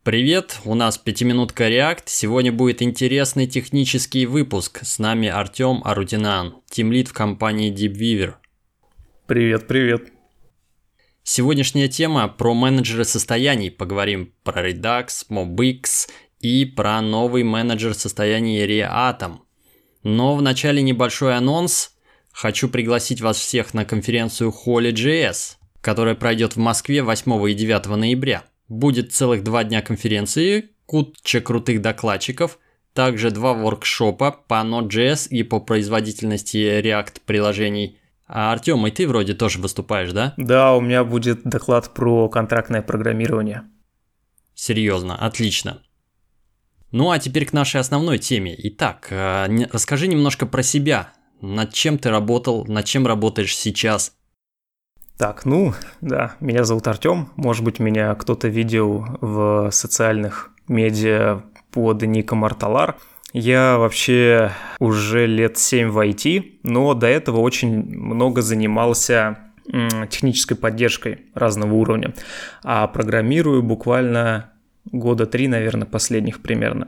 Привет, у нас 5-минутка React. Сегодня будет интересный технический выпуск. С нами Артем Арутюнян, тимлид в компании DeepWeaver. Привет. Сегодняшняя тема про менеджеры состояний. Поговорим про Redux, MobX и про новый менеджер состояний Reatom. Но вначале небольшой анонс. Хочу пригласить вас всех на конференцию Holy.js, которая пройдет в Москве 8 и 9 ноября. Будет целых 2 дня конференции, куча крутых докладчиков, также 2 воркшопа по Node.js и по производительности React приложений. А Артем, и ты вроде тоже выступаешь, да? Да, у меня будет доклад про контрактное программирование. Серьезно, отлично. Ну а теперь к нашей основной теме. Итак, расскажи немножко про себя. Над чем ты работал, над чем работаешь сейчас? Так, меня зовут Артем. Может быть, меня кто-то видел в социальных медиа под ником Арталар. Я вообще уже лет 7 в IT, но до этого очень много занимался технической поддержкой разного уровня. А программирую буквально 3 года, наверное, последних примерно.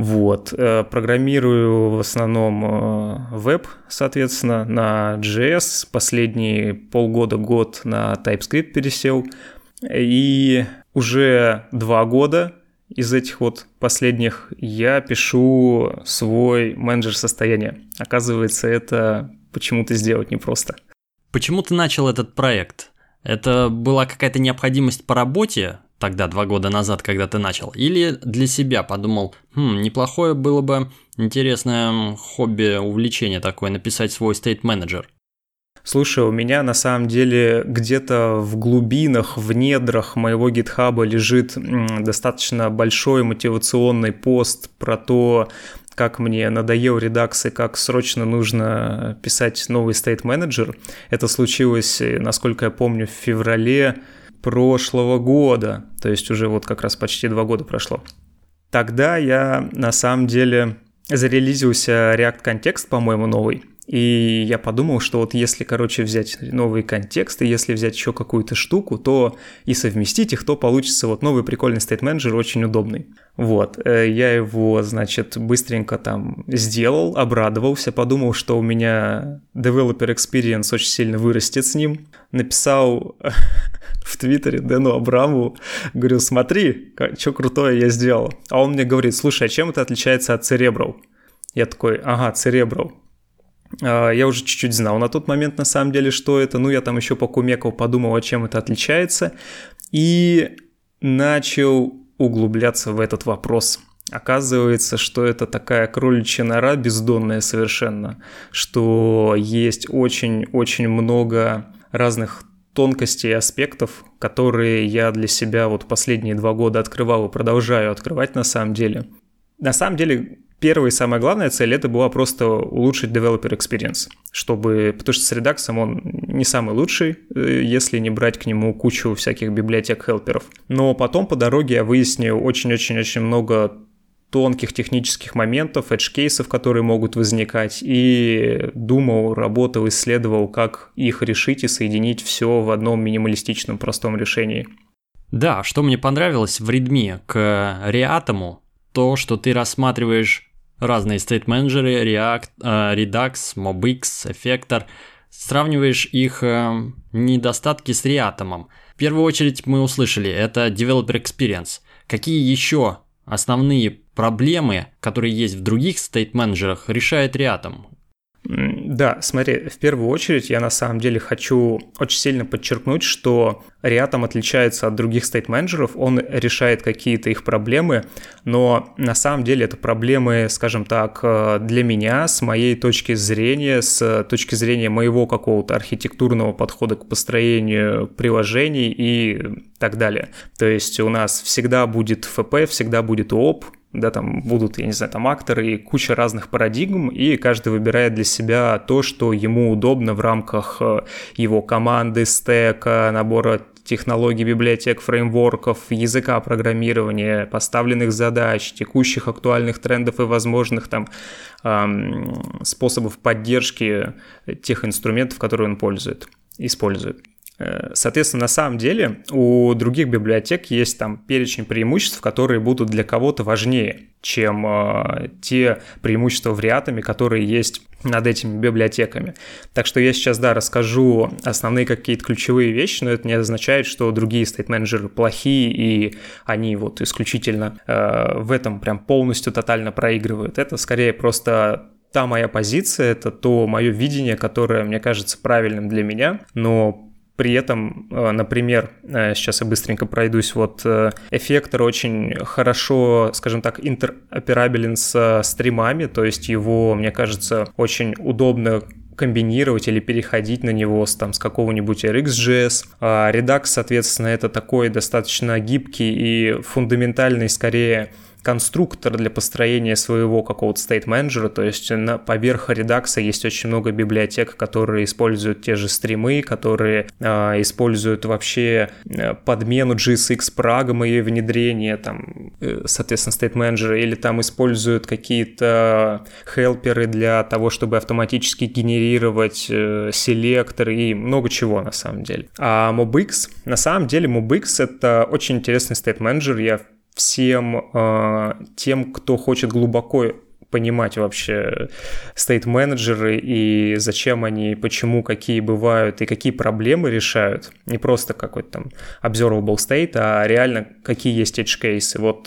Программирую в основном веб, соответственно, на JS, последние полгода-год на TypeScript пересел, и уже 2 года из этих последних я пишу свой менеджер состояния. Оказывается, это почему-то сделать непросто. Почему ты начал этот проект? Это была какая-то необходимость по работе? Тогда 2 года назад, когда ты начал, или для себя подумал, неплохое было бы интересное хобби, увлечение такое, написать свой стейт-менеджер? Слушай, у меня на самом деле где-то в глубинах, в недрах моего гитхаба лежит достаточно большой мотивационный пост про то, как мне надоел Redux и как срочно нужно писать новый стейт-менеджер. Это случилось, насколько я помню, в феврале прошлого года, то есть уже как раз почти 2 года прошло. Тогда я на самом деле зарелизился React контекст, по-моему, новый, и я подумал, что если, взять новый контекст, и если взять еще какую-то штуку, то и совместить их, то получится новый прикольный стейт-менеджер, очень удобный. Я его, быстренько там сделал, обрадовался, подумал, что у меня developer experience очень сильно вырастет с ним. Написал в Твиттере Дэну Абрамову, говорю, смотри, что крутое я сделал. А он мне говорит, слушай, а чем это отличается от Cerebral? Я такой, Cerebral. Я уже чуть-чуть знал на тот момент, на самом деле, что это. Я там еще покумекал, подумал, чем это отличается. И начал углубляться в этот вопрос. Оказывается, что это такая кроличья нора бездонная совершенно, что есть очень-очень много разных тонкостей и аспектов, которые я для себя последние 2 года открывал и продолжаю открывать на самом деле. На самом деле, первая и самая главная цель – это была просто улучшить developer experience, потому что с Redux он не самый лучший, если не брать к нему кучу всяких библиотек-хелперов. Но потом по дороге я выяснил очень-очень-очень много тонких технических моментов, edge-кейсов, которые могут возникать, и думал, работал, исследовал, как их решить и соединить все в одном минималистичном простом решении. Да, что мне понравилось в Redmi к Reatom, то, что ты рассматриваешь разные стейт-менеджеры, React, Redux, MobX, Effector, сравниваешь их недостатки с Reatom. В первую очередь мы услышали, это developer experience. Какие еще основные проблемы, которые есть в других стейт-менеджерах, решает Reatom? Да, смотри, в первую очередь я на самом деле хочу очень сильно подчеркнуть, что Reatom отличается от других стейт-менеджеров, он решает какие-то их проблемы, но на самом деле это проблемы, скажем так, для меня, с моей точки зрения, с точки зрения моего какого-то архитектурного подхода к построению приложений и так далее. То есть у нас всегда будет ФП, всегда будет ООП, да, там будут, акторы и куча разных парадигм, и каждый выбирает для себя то, что ему удобно в рамках его команды, стека, набора технологий, библиотек, фреймворков, языка программирования, поставленных задач, текущих актуальных трендов и возможных способов поддержки тех инструментов, которые он использует. Соответственно, на самом деле у других библиотек есть там перечень преимуществ, которые будут для кого-то важнее, чем те преимущества в Reatom, которые есть над этими библиотеками. Так что я сейчас, расскажу основные какие-то ключевые вещи, но это не означает, что другие стейт-менеджеры плохие, и они вот исключительно в этом прям полностью тотально проигрывают. Это скорее просто та моя позиция, это то мое видение, которое мне кажется правильным для меня, но при этом, например, сейчас я быстренько пройдусь, вот Effector очень хорошо, скажем так, интероперабелен с стримами, то есть его, мне кажется, очень удобно комбинировать или переходить на него с какого-нибудь RxJS. А Redux, соответственно, это такой достаточно гибкий и фундаментальный, скорее, конструктор для построения своего какого-то state-менеджера, то есть поверх Redux есть очень много библиотек, которые используют те же стримы, которые используют вообще подмену JSX прагмы и внедрение, соответственно, state-менеджера, или используют какие-то хелперы для того, чтобы автоматически генерировать селекторы и много чего на самом деле. А MobX, на самом деле MobX — это очень интересный state-менеджер, я всем тем, кто хочет глубоко понимать вообще стейт-менеджеры и зачем они, почему, какие бывают и какие проблемы решают. Не просто какой-то observable state, а реально какие есть edge cases. Вот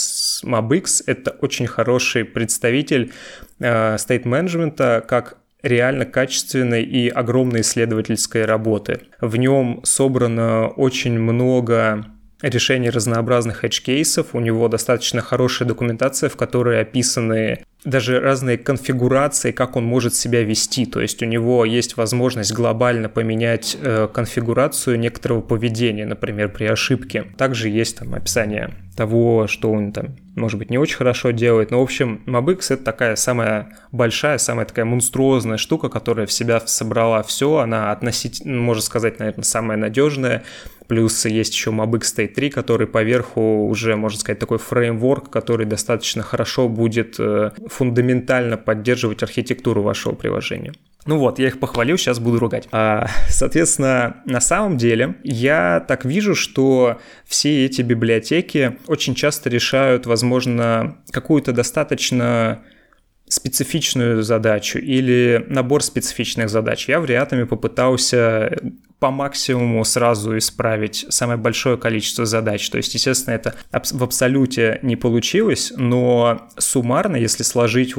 MobX — это очень хороший представитель стейт-менеджмента как реально качественной и огромной исследовательской работы. В нем собрано очень много решений разнообразных edge-кейсов, у него достаточно хорошая документация, в которой описаны даже разные конфигурации, как он может себя вести, то есть у него есть возможность глобально поменять конфигурацию некоторого поведения, например, при ошибке. Также есть описание того, что он может быть, не очень хорошо делает, но, в общем, MobX — это такая самая большая, самая такая монструозная штука, которая в себя собрала все, она относительно, можно сказать, наверное, самая надежная. Плюс есть еще MobX State 3, который поверху уже, можно сказать, такой фреймворк, который достаточно хорошо будет фундаментально поддерживать архитектуру вашего приложения. Ну вот, я их похвалил, сейчас буду ругать. Соответственно, на самом деле, я так вижу, что все эти библиотеки очень часто решают, возможно, какую-то достаточно специфичную задачу или набор специфичных задач. Я в Reatom попытался по максимуму сразу исправить самое большое количество задач. То есть, естественно, это в абсолюте не получилось, но суммарно, если сложить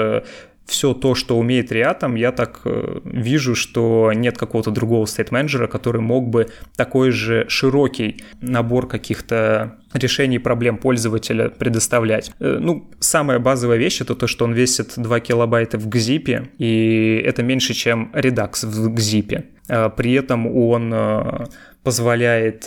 все то, что умеет Reatom, я так вижу, что нет какого-то другого стейт-менеджера, который мог бы такой же широкий набор каких-то решений проблем пользователя предоставлять. Самая базовая вещь — это то, что он весит 2 килобайта в GZIP, и это меньше, чем Redux в GZIP. При этом он позволяет,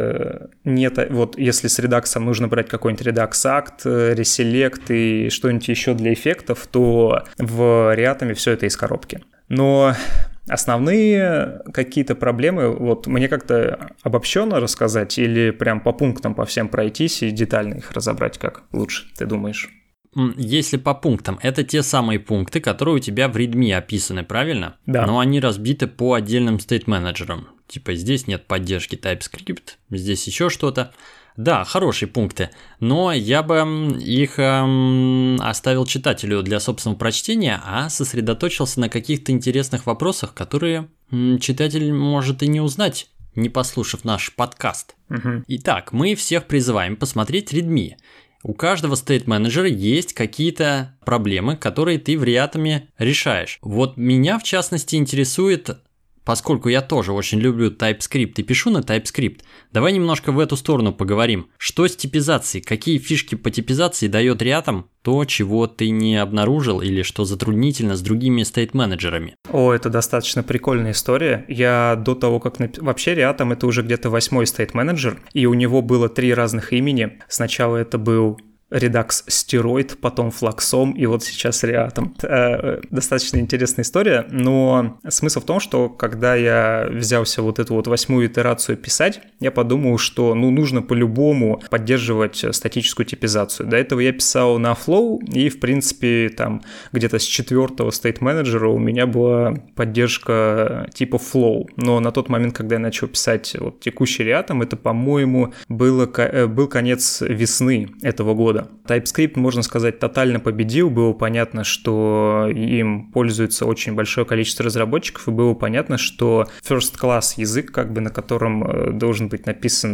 если с Redux нужно брать какой-нибудь Redux Act, Reselect и что-нибудь еще для эффектов, то в Reatom все это из коробки. Но основные какие-то проблемы, мне как-то обобщенно рассказать или прям по пунктам по всем пройтись и детально их разобрать, как лучше, ты думаешь? Если по пунктам, это те самые пункты, которые у тебя в README описаны, правильно? Да. Но они разбиты по отдельным стейт-менеджерам. Типа здесь нет поддержки TypeScript, здесь еще что-то. Да, хорошие пункты, но я бы их оставил читателю для собственного прочтения, а сосредоточился на каких-то интересных вопросах, которые читатель может и не узнать, не послушав наш подкаст. Угу. Итак, мы всех призываем посмотреть README. У каждого стейт-менеджера есть какие-то проблемы, которые ты в Reatom решаешь. Вот меня, в частности, интересует, поскольку я тоже очень люблю TypeScript и пишу на TypeScript, давай немножко в эту сторону поговорим. Что с типизацией? Какие фишки по типизации дает Reatom? То, чего ты не обнаружил или что затруднительно с другими стейт-менеджерами? Это достаточно прикольная история. Я до того, как... Вообще Reatom — это уже где-то 8-й стейт-менеджер, и у него было 3 разных имени. Сначала это был Redux стероид, потом флаксом и вот сейчас реатом. Достаточно интересная история, но смысл в том, что когда я взялся вот эту вот 8-ю итерацию писать, я подумал, что нужно по-любому поддерживать статическую типизацию. До этого я писал на Flow, и в принципе там где-то с 4-го State Manager у меня была поддержка типа Flow, но на тот момент, когда я начал писать вот текущий реатом, это, по-моему, был конец весны этого года. TypeScript, можно сказать, тотально победил, было понятно, что им пользуется очень большое количество разработчиков, и было понятно, что first class язык, как бы на котором должен быть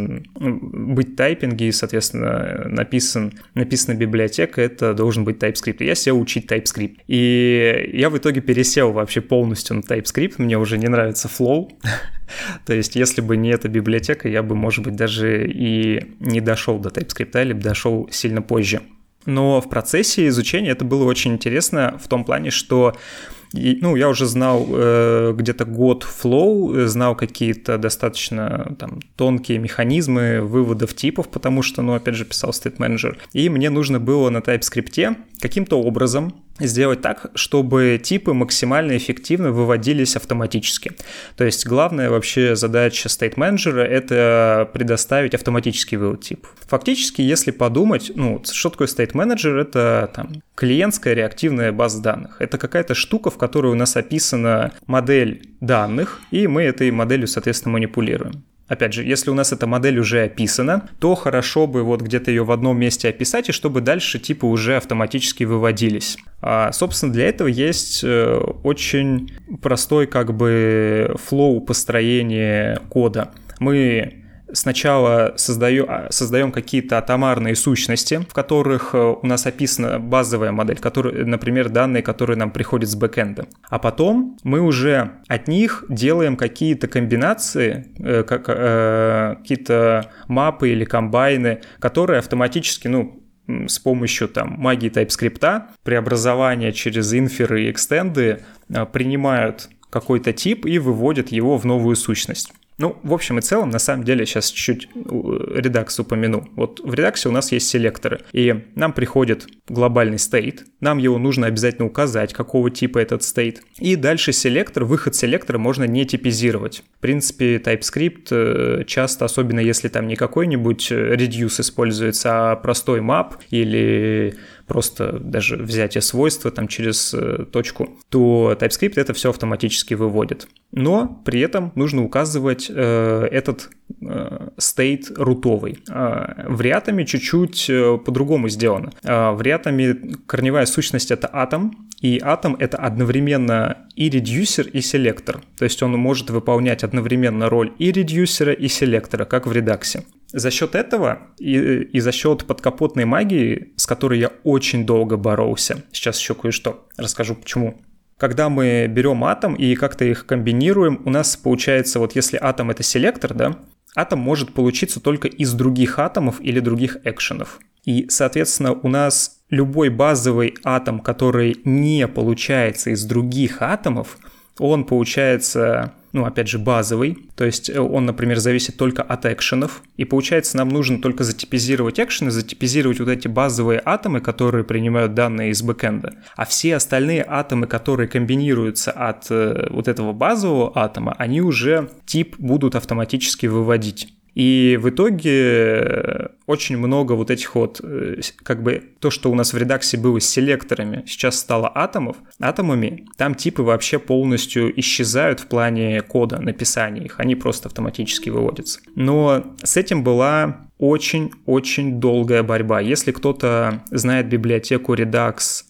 быть тайпинги, и, соответственно, написана библиотека, это должен быть TypeScript. И я сел учить TypeScript. И я в итоге пересел вообще полностью на TypeScript, мне уже не нравится Flow. То есть, если бы не эта библиотека, я бы, может быть, даже и не дошел до TypeScript, или дошел сильно позже. Но в процессе изучения это было очень интересно в том плане, что я уже знал где-то год Flow, знал какие-то достаточно там тонкие механизмы выводов типов, потому что, опять же, писал State Manager. И мне нужно было на TypeScript каким-то образом сделать так, чтобы типы максимально эффективно выводились автоматически. То есть главная вообще задача State Manager — это предоставить автоматический вывод типов. Фактически, если подумать, что такое State Manager? Это там клиентская реактивная база данных. Это какая-то штука, в которой у нас описана модель данных, и мы этой моделью, соответственно, манипулируем. Опять же, если у нас эта модель уже описана, то хорошо бы вот где-то ее в одном месте описать, и чтобы дальше типы уже автоматически выводились. Собственно, для этого есть очень простой флоу построения кода. Мы сначала создаем какие-то атомарные сущности, в которых у нас описана базовая модель, например, данные, которые нам приходят с бэкэнда. А потом мы уже от них делаем какие-то комбинации, какие-то мапы или комбайны, которые автоматически, с помощью магии TypeScript, преобразования через инферы и экстенды принимают какой-то тип и выводят его в новую сущность. В общем и целом, на самом деле, сейчас чуть-чуть Redux упомяну. Вот в Redux у нас есть селекторы, и нам приходит глобальный state, нам его нужно обязательно указать, какого типа этот state, и дальше выход селектора можно не типизировать. В принципе, TypeScript часто, особенно если там не какой-нибудь reduce используется, а простой map или просто даже взятие свойства через точку, то TypeScript это все автоматически выводит. Но при этом нужно указывать этот state рутовый. В реатоме чуть-чуть по-другому сделано. В реатоме корневая сущность — это атом, и атом — это одновременно и редюсер, и селектор. То есть он может выполнять одновременно роль и редюсера, и селектора, как в редаксе. За счет этого и за счет подкапотной магии, с которой я очень долго боролся, сейчас еще кое-что расскажу почему. Когда мы берем атом и как-то их комбинируем, у нас получается, вот если атом — это селектор, да, атом может получиться только из других атомов или других экшенов. И, соответственно, у нас любой базовый атом, который не получается из других атомов, он получается, опять же, базовый, то есть он, например, зависит только от экшенов, и получается, нам нужно только затипизировать экшены, затипизировать вот эти базовые атомы, которые принимают данные из бэкэнда, а все остальные атомы, которые комбинируются от вот этого базового атома, они уже тип будут автоматически выводить. И в итоге очень много вот этих то, что у нас в редаксе было с селекторами, сейчас стало атомами, там типы вообще полностью исчезают в плане кода, написания их, они просто автоматически выводятся. Но с этим была очень-очень долгая борьба. Если кто-то знает библиотеку Redux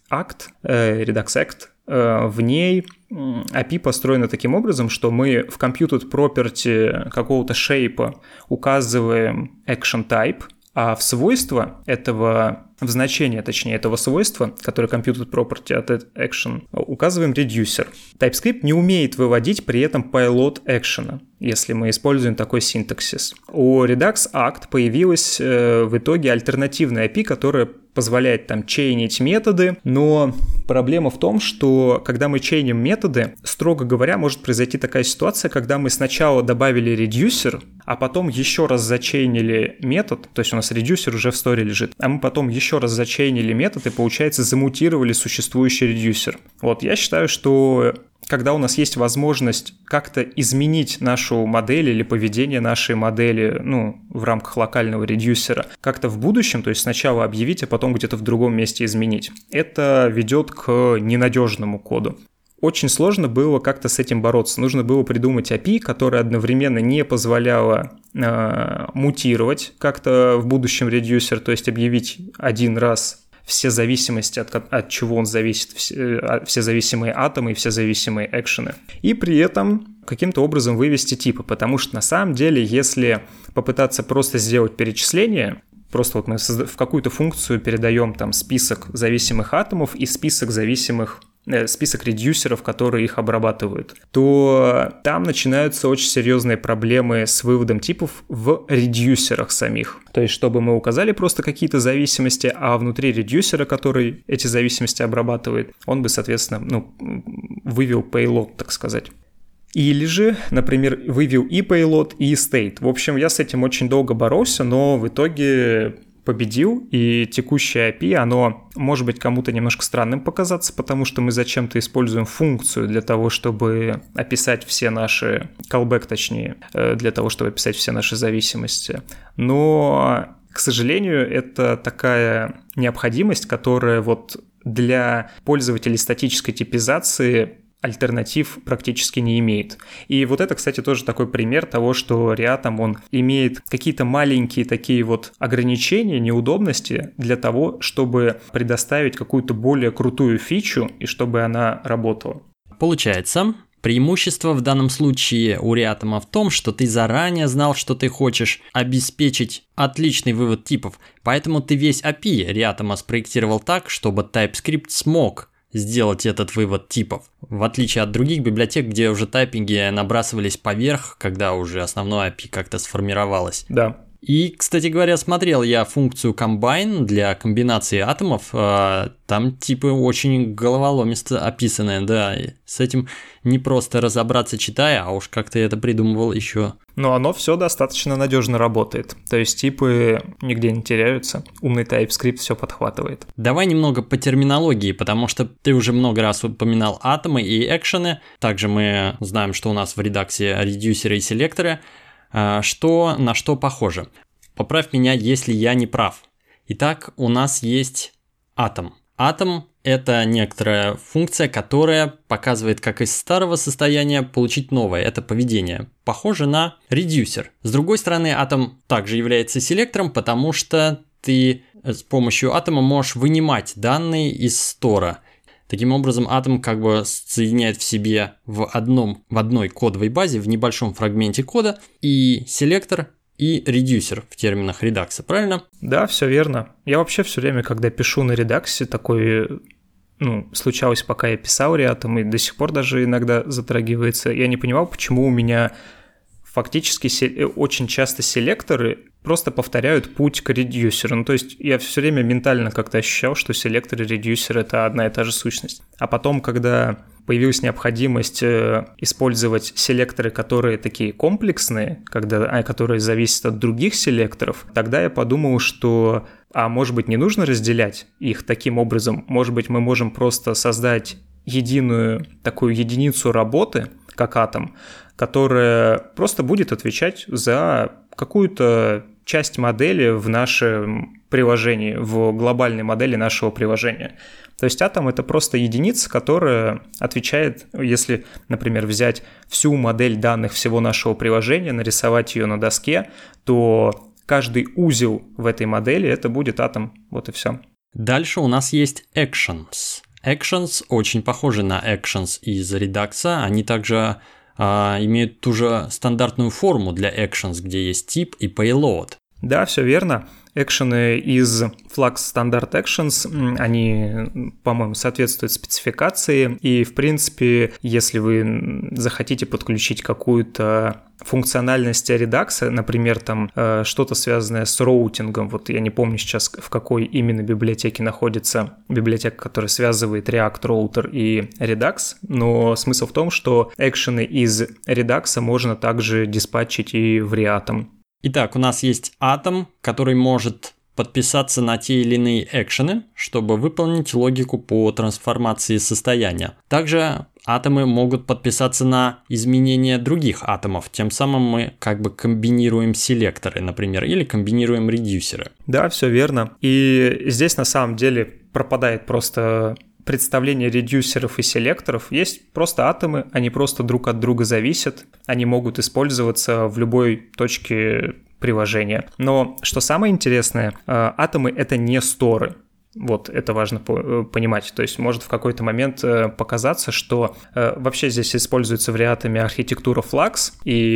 Act, в ней API построена таким образом, что мы в computed property какого-то shape указываем action type, а в свойство в значение, точнее, этого свойства, которое computed property от action, указываем reducer. TypeScript не умеет выводить при этом payload action, если мы используем такой синтаксис. У Redux Act появилась в итоге альтернативная API, которая позволяет чейнить методы, но проблема в том, что когда мы чейним методы, строго говоря, может произойти такая ситуация, когда мы сначала добавили reducer, а потом еще раз зачейнили метод, то есть у нас reducer уже в сторе лежит, а мы потом еще еще раз зачейнили метод и, получается, замутировали существующий редюсер. Вот, я считаю, что когда у нас есть возможность как-то изменить нашу модель или поведение нашей модели, в рамках локального редюсера, как-то в будущем, то есть сначала объявить, а потом где-то в другом месте изменить, это ведет к ненадежному коду. Очень сложно было как-то с этим бороться. Нужно было придумать API, которая одновременно не позволяла мутировать как-то в будущем редюсер, то есть объявить один раз все зависимости, от чего он зависит, все зависимые атомы и все зависимые экшены. И при этом каким-то образом вывести типы, потому что на самом деле, если попытаться просто сделать перечисление, просто вот мы в какую-то функцию передаем там список зависимых атомов и список редюсеров, которые их обрабатывают, то там начинаются очень серьезные проблемы с выводом типов в редюсерах самих. То есть, чтобы мы указали просто какие-то зависимости, а внутри редюсера, который эти зависимости обрабатывает, он бы, соответственно, вывел payload, так сказать. Или же, например, вывел и payload, и state. В общем, я с этим очень долго боролся, но в итоге победил, и текущее API, оно может быть кому-то немножко странным показаться, потому что мы зачем-то используем функцию для того, чтобы описать все наши, callback точнее, для того, чтобы описать все наши зависимости. Но, к сожалению, это такая необходимость, которая вот для пользователей статической типизации альтернатив практически не имеет. И вот это, кстати, тоже такой пример того, что Reatom, он имеет какие-то маленькие такие вот ограничения, неудобности для того, чтобы предоставить какую-то более крутую фичу и чтобы она работала. Получается, преимущество в данном случае у Reatom в том, что ты заранее знал, что ты хочешь обеспечить отличный вывод типов, поэтому ты весь API Reatom спроектировал так, чтобы TypeScript смог сделать этот вывод типов, в отличие от других библиотек, где уже тайпинги набрасывались поверх, когда уже основное API как-то сформировалось. Да. И, кстати говоря, смотрел я функцию Combine для комбинации атомов, там типы очень головоломисто описаны, да, и с этим не просто разобраться читая, а уж как ты это придумывал еще. Но оно все достаточно надежно работает, то есть типы нигде не теряются, умный TypeScript все подхватывает. Давай немного по терминологии, потому что ты уже много раз упоминал атомы и экшены, также мы знаем, что у нас в редаксе редюсеры и селекторы. Что на что похоже? Поправь меня, если я не прав. Итак, у нас есть атом. Атом – это некоторая функция, которая показывает, как из старого состояния получить новое. Это поведение. Похоже на редюсер. С другой стороны, атом также является селектором, потому что ты с помощью атома можешь вынимать данные из стора. Таким образом, атом как бы соединяет в себе в одной кодовой базе, в небольшом фрагменте кода, и селектор, и редюсер в терминах редакса, правильно? Да, все верно. Я вообще все время, когда пишу на редаксе, такой, случалось, пока я писал Reatom, и до сих пор даже иногда затрагивается, я не понимал, почему у меня фактически очень часто селекторы просто повторяют путь к редюсеру. То есть я все время ментально как-то ощущал, что селектор и редюсер – это одна и та же сущность. А потом, когда появилась необходимость использовать селекторы, которые такие комплексные, которые зависят от других селекторов, тогда я подумал, что, может быть, не нужно разделять их таким образом. Может быть, мы можем просто создать единую такую единицу работы, как атом, которая просто будет отвечать за какую-то часть модели в нашем приложении, в глобальной модели нашего приложения. То есть атом – это просто единица, которая отвечает, если, например, взять всю модель данных всего нашего приложения, нарисовать ее на доске, то каждый узел в этой модели – это будет атом. Вот и все. Дальше у нас есть actions. Actions очень похожи на actions из Redux. Они также имеют ту же стандартную форму для actions, где есть тип и payload. Да, все верно. Экшены из Flux Standard Actions, они, по-моему, соответствуют спецификации. И, в принципе, если вы захотите подключить какую-то функциональность Redux, например, там что-то связанное с роутингом, вот я не помню сейчас, в какой именно библиотеке находится библиотека, которая связывает React Router и Redux, но смысл в том, что экшены из Redux можно также диспатчить и в Reatom. Итак, у нас есть атом, который может подписаться на те или иные экшены, чтобы выполнить логику по трансформации состояния. Также атомы могут подписаться на изменения других атомов, тем самым мы как бы комбинируем селекторы, например, или комбинируем редюсеры. Да, все верно. И здесь на самом деле пропадает просто представление редюсеров и селекторов. Есть просто атомы, они просто друг от друга зависят, они могут использоваться в любой точке приложения. Но что самое интересное, атомы — это не сторы. Вот, это важно понимать. То есть может в какой-то момент показаться, что вообще здесь используется в Reatom архитектура Flux,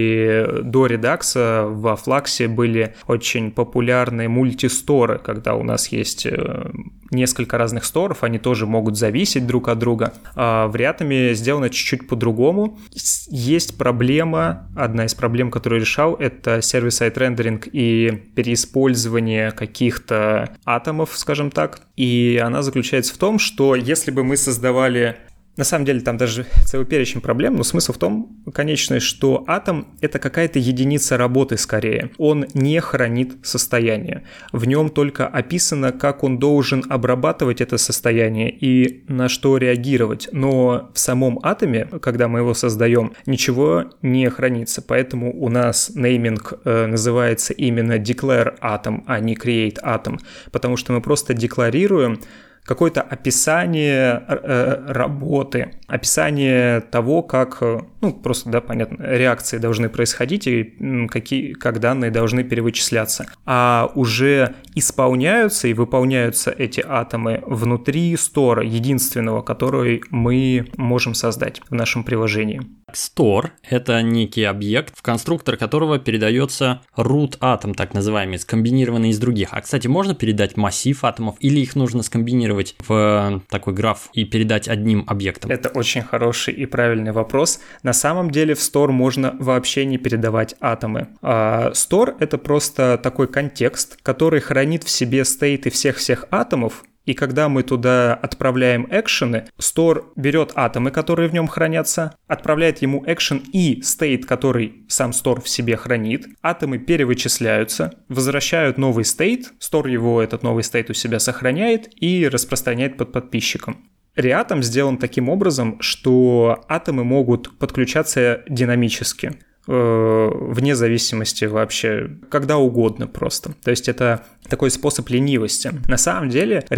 и до Redux во Flux были очень популярные мультисторы, когда у нас есть несколько разных сторов, они тоже могут зависеть друг от друга. А в Reatom сделано чуть-чуть по-другому. Есть проблема, одна из проблем, которую решал, это сервер-сайд рендеринг и переиспользование каких-то атомов, скажем так. И она заключается в том, что если бы мы создавали... На самом деле там даже целый перечень проблем, но смысл в том, конечный, что атом — это какая-то единица работы скорее. Он не хранит состояние. В нем только описано, как он должен обрабатывать это состояние и на что реагировать. Но в самом атоме, когда мы его создаем, ничего не хранится. Поэтому у нас нейминг называется именно declare atom, а не create atom. Потому что мы просто декларируем какое-то описание работы, описание того, как, просто, да, понятно, реакции должны происходить и как данные должны перевычисляться. А уже исполняются и выполняются эти атомы внутри стора, единственного, который мы можем создать в нашем приложении. Store — это некий объект, в конструктор которого передается root атом, так называемый, скомбинированный из других. А, кстати, можно передать массив атомов или их нужно скомбинировать в такой граф и передать одним объектом? Это очень хороший и правильный вопрос. На самом деле в store можно вообще не передавать атомы. Store — это просто такой контекст, который хранит в себе стейты всех атомов. И когда мы туда отправляем экшены, store берет атомы, которые в нем хранятся, отправляет ему экшен и стейт, который сам store в себе хранит. Атомы перевычисляются, возвращают новый стейт, store его этот новый стейт у себя сохраняет и распространяет под подписчиком. Reatom сделан таким образом, что атомы могут подключаться динамически, вне зависимости вообще, когда угодно просто. То есть это такой способ ленивости. На самом деле в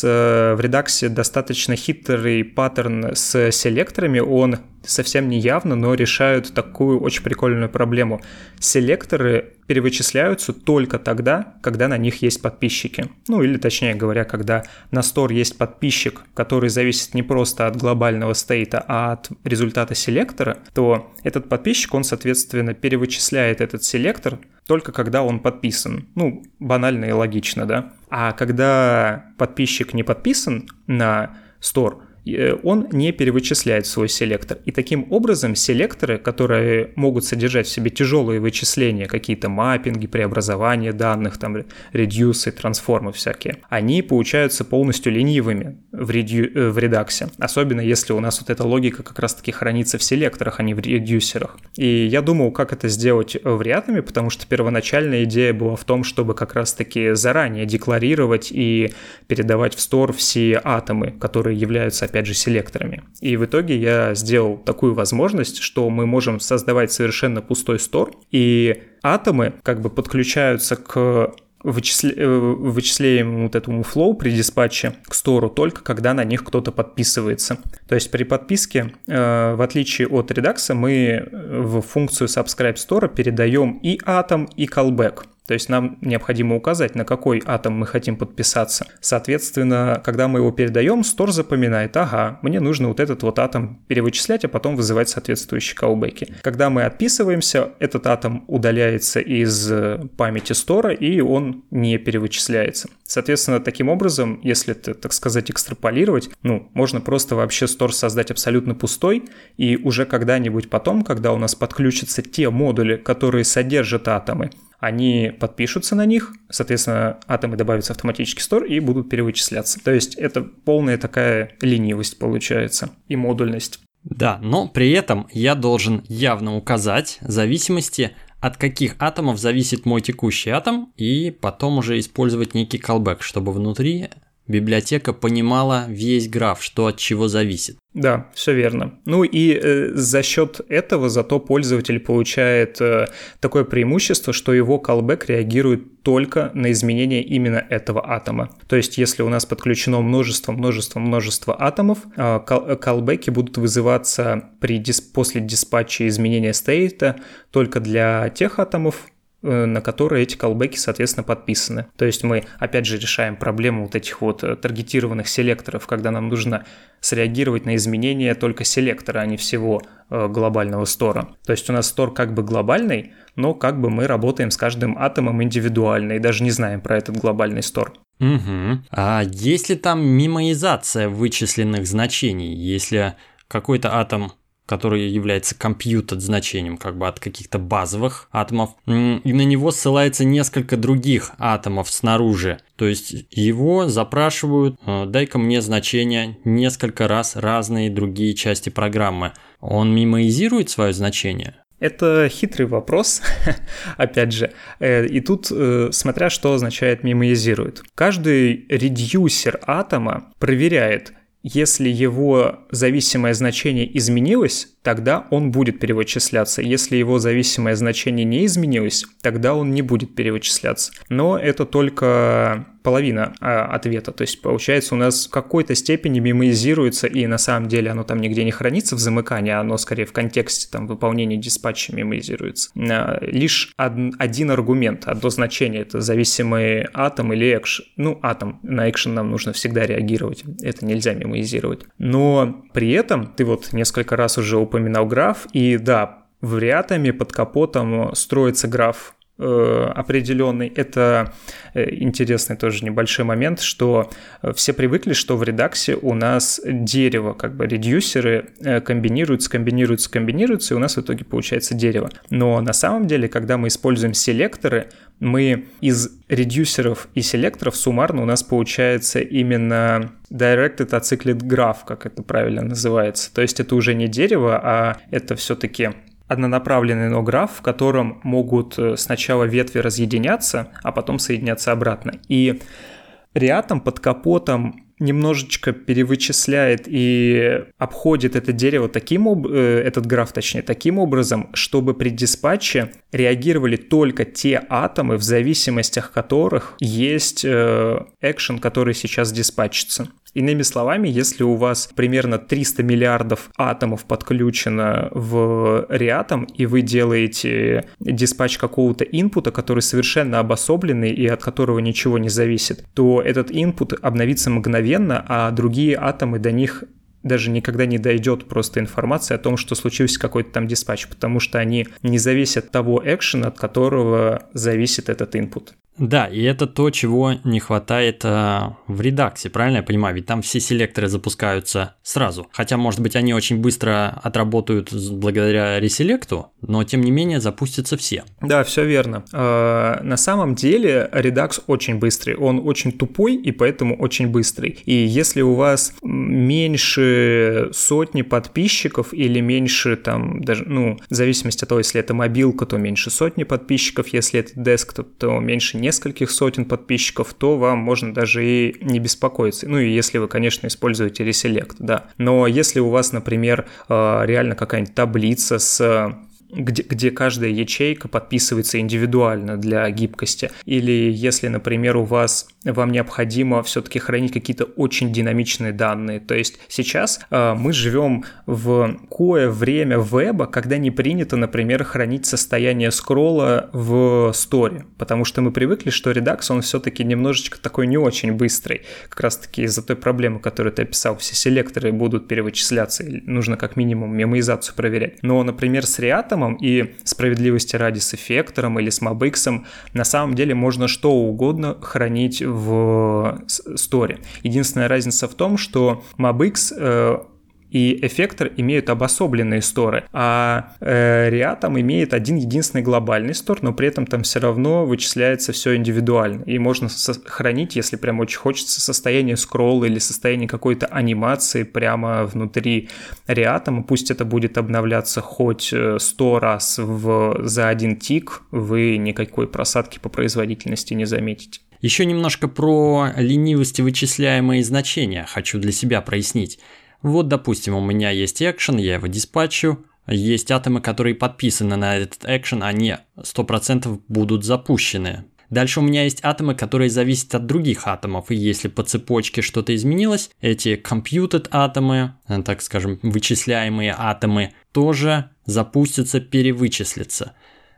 Redux достаточно хитрый паттерн с селекторами, он совсем не явно, но решают такую очень прикольную проблему. Селекторы перевычисляются только тогда, когда на них есть подписчики. Или, точнее говоря, когда на store есть подписчик, который зависит не просто от глобального стейта, а от результата селектора, то этот подписчик, он, соответственно, перевычисляет этот селектор только когда он подписан. Банально и логично, да? А когда подписчик не подписан на store, он не перевычисляет свой селектор. И таким образом селекторы, которые могут содержать в себе тяжелые вычисления, какие-то маппинги, преобразования данных, там, редюсы, трансформы всякие, они получаются полностью ленивыми в Redux. Особенно если у нас вот эта логика как раз-таки хранится в селекторах, а не в редюсерах. И я думал, как это сделать в Reatom, потому что первоначальная идея была в том, чтобы как раз-таки заранее декларировать и передавать в store все атомы, которые являются, опять же, селекторами. И в итоге я сделал такую возможность, что мы можем создавать совершенно пустой store, и атомы как бы подключаются к вычисляемому вот этому flow при диспатче к стору только когда на них кто-то подписывается. То есть при подписке, в отличие от Redux, мы в функцию subscribe store передаем и атом, и callback. То есть нам необходимо указать, на какой атом мы хотим подписаться. Соответственно, когда мы его передаем, store запоминает: ага, мне нужно вот этот вот атом перевычислять, а потом вызывать соответствующие callback'и. Когда мы отписываемся, этот атом удаляется из памяти store, и он не перевычисляется. Соответственно, таким образом, если это, так сказать, экстраполировать, можно просто вообще store создать абсолютно пустой, и уже когда-нибудь потом, когда у нас подключатся те модули, которые содержат атомы, они подпишутся на них, соответственно, атомы добавятся автоматически в store и будут перевычисляться. То есть это полная такая ленивость получается и модульность. Да, но при этом я должен явно указать зависимости от каких атомов зависит мой текущий атом, и потом уже использовать некий callback, чтобы внутри библиотека понимала весь граф, что от чего зависит. Да, все верно. Ну и за счет этого зато пользователь получает такое преимущество, что его callback реагирует только на изменения именно этого атома. То есть если у нас подключено множество атомов, callback'и будут вызываться после диспатча изменения стейта только для тех атомов, на которые эти callback'и, соответственно, подписаны. То есть мы, опять же, решаем проблему вот этих вот таргетированных селекторов, когда нам нужно среагировать на изменения только селектора, а не всего глобального стора. То есть у нас стор как бы глобальный, но как бы мы работаем с каждым атомом индивидуально и даже не знаем про этот глобальный стор. Угу. А есть ли там мимоизация вычисленных значений, если какой-то атом, который является compute значением как бы от каких-то базовых атомов, и на него ссылается несколько других атомов снаружи. То есть его запрашивают, дай-ка мне значение несколько раз разные другие части программы. Он мимоизирует свое значение? Это хитрый вопрос, опять же. И тут, смотря что означает мимоизирует. Каждый редюсер атома проверяет, если его зависимое значение изменилось, тогда он будет перевычисляться. Если его зависимое значение не изменилось, тогда он не будет перевычисляться. Но это только половина ответа. То есть, получается, у нас в какой-то степени мимоизируется, и на самом деле оно там нигде не хранится в замыкании, оно скорее в контексте там, выполнения диспатча мимоизируется. Лишь один аргумент, одно значение – это зависимый атом или экшен. Ну, атом. На экшен нам нужно всегда реагировать. Это нельзя мимоизировать. Но при этом ты вот несколько раз уже упоминал граф, и да, в реатоме под капотом строится граф определенный. Это интересный тоже небольшой момент, что все привыкли, что в редаксе у нас дерево, как бы редюсеры комбинируются, и у нас в итоге получается дерево. Но на самом деле, когда мы используем селекторы, мы из редюсеров и селекторов суммарно у нас получается именно Directed Acyclic Graph, как это правильно называется. То есть это уже не дерево, а это все-таки однонаправленный но-граф, в котором могут сначала ветви разъединяться, а потом соединяться обратно. И реатом под капотом немножечко перевычисляет и обходит это дерево этот граф, точнее, таким образом, чтобы при диспатче реагировали только те атомы, в зависимостях которых есть экшен, который сейчас диспатчится. Иными словами, если у вас примерно 300 миллиардов атомов подключено в реатом, и вы делаете диспатч какого-то инпута, который совершенно обособленный и от которого ничего не зависит, то этот инпут обновится мгновенно, а другие атомы до них даже никогда не дойдет просто информация о том, что случился какой-то там диспатч, потому что они не зависят от того экшена, от которого зависит этот инпут. Да, и это то, чего не хватает в редаксе, правильно я понимаю? Ведь там все селекторы запускаются сразу. Хотя, может быть, они очень быстро отработают благодаря реселекту, но, тем не менее, запустятся все. Да, все верно. На самом деле, редакс очень быстрый. Он очень тупой и поэтому очень быстрый. И если у вас меньше сотни подписчиков или меньше, там, даже, в зависимости от того, если это мобилка, то меньше сотни подписчиков, если это десктоп, то меньше нескольких сотен подписчиков, то вам можно даже и не беспокоиться. Ну и если вы, конечно, используете реселект, да. Но если у вас, например, реально какая-нибудь таблица где каждая ячейка подписывается индивидуально для гибкости. Или если, например, вам необходимо все-таки хранить какие-то очень динамичные данные. То есть сейчас мы живем в такое время веба, когда не принято, например, хранить состояние скролла в сторе, потому что мы привыкли, что редакс, он все-таки немножечко такой не очень быстрый. Как раз-таки из-за той проблемы, которую ты описал, все селекторы будут перевычисляться, и нужно как минимум мемоизацию проверять. Но, например, с реатом и справедливости ради с эффектором или с MobX на самом деле можно что угодно хранить в сторе. Единственная разница в том, что MobX и Effector имеют обособленные сторы, а Reatom имеет один единственный глобальный стор, но при этом там все равно вычисляется все индивидуально, и можно сохранить, если прям очень хочется, состояние скролла или состояние какой-то анимации прямо внутри Reatom, пусть это будет обновляться хоть 100 раз за один тик, вы никакой просадки по производительности не заметите. Еще немножко про ленивости вычисляемые значения хочу для себя прояснить. Вот, допустим, у меня есть экшен, я его диспатчу, есть атомы, которые подписаны на этот экшен, они 100% будут запущены. Дальше у меня есть атомы, которые зависят от других атомов, и если по цепочке что-то изменилось, эти computed атомы, так скажем, вычисляемые атомы, тоже запустятся, перевычислятся.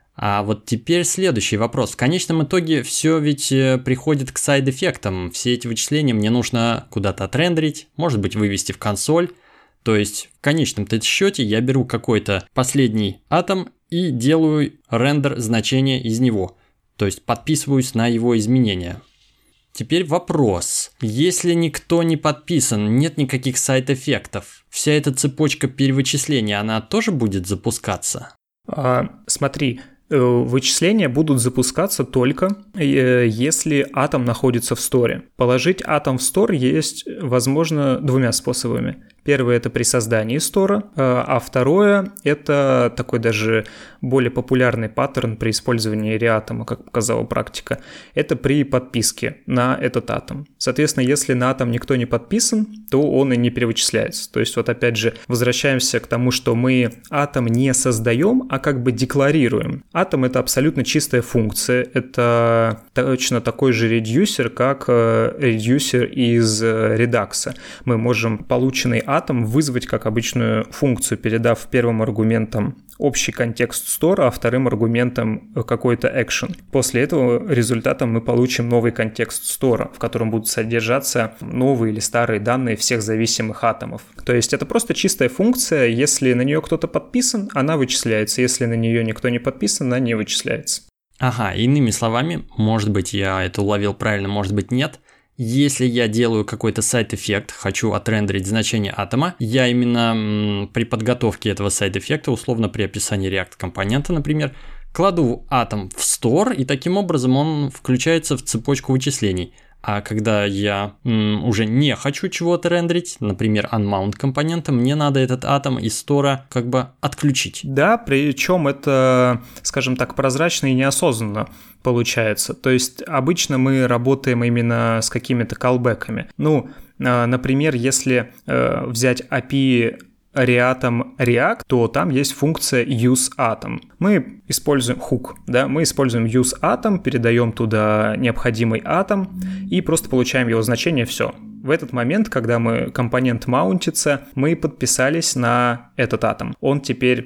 А вот теперь следующий вопрос. В конечном итоге все ведь приходит к сайд-эффектам. Все эти вычисления мне нужно куда-то отрендерить, может быть, вывести в консоль. То есть в конечном-то счете я беру какой-то последний атом и делаю рендер значения из него. То есть подписываюсь на его изменения. Теперь вопрос. Если никто не подписан, нет никаких сайд-эффектов, вся эта цепочка перевычисления, она тоже будет запускаться? Смотри, вычисления будут запускаться только если атом находится в сторе. Положить атом в стор есть возможно двумя способами. Первое – это при создании стора, а второе – это такой даже более популярный паттерн при использовании реатома, как показала практика. Это при подписке на этот атом. Соответственно, если на атом никто не подписан, то он и не перевычисляется. То есть вот опять же возвращаемся к тому, что мы атом не создаем, а как бы декларируем. Атом – это абсолютно чистая функция. Это точно такой же редюсер, как редюсер из редакса. Мы можем полученный атом вызвать как обычную функцию, передав первым аргументом общий контекст стора, а вторым аргументом какой-то экшен. После этого результатом мы получим новый контекст стора, в котором будут содержаться новые или старые данные всех зависимых атомов. То есть это просто чистая функция, если на нее кто-то подписан, она вычисляется, если на нее никто не подписан, она не вычисляется. Ага, иными словами, может быть, я это уловил правильно, может быть, нет. Если я делаю какой-то сайд-эффект, хочу отрендерить значение атома, я именно при подготовке этого сайд-эффекта, условно при описании React-компонента, например, кладу атом в стор, и таким образом он включается в цепочку вычислений. А когда я уже не хочу чего-то рендерить, например, unmount компонента, мне надо этот атом из стора как бы отключить. Да, причем это, скажем так, прозрачно и неосознанно получается. То есть обычно мы работаем именно с какими-то callback'ами. Ну, например, если взять API Reatom React, то там есть функция useAtom. Мы используем hook, да, мы используем useAtom, передаем туда необходимый атом и просто получаем его значение, все. В этот момент, когда компонент маунтится, мы подписались на этот атом. Он теперь,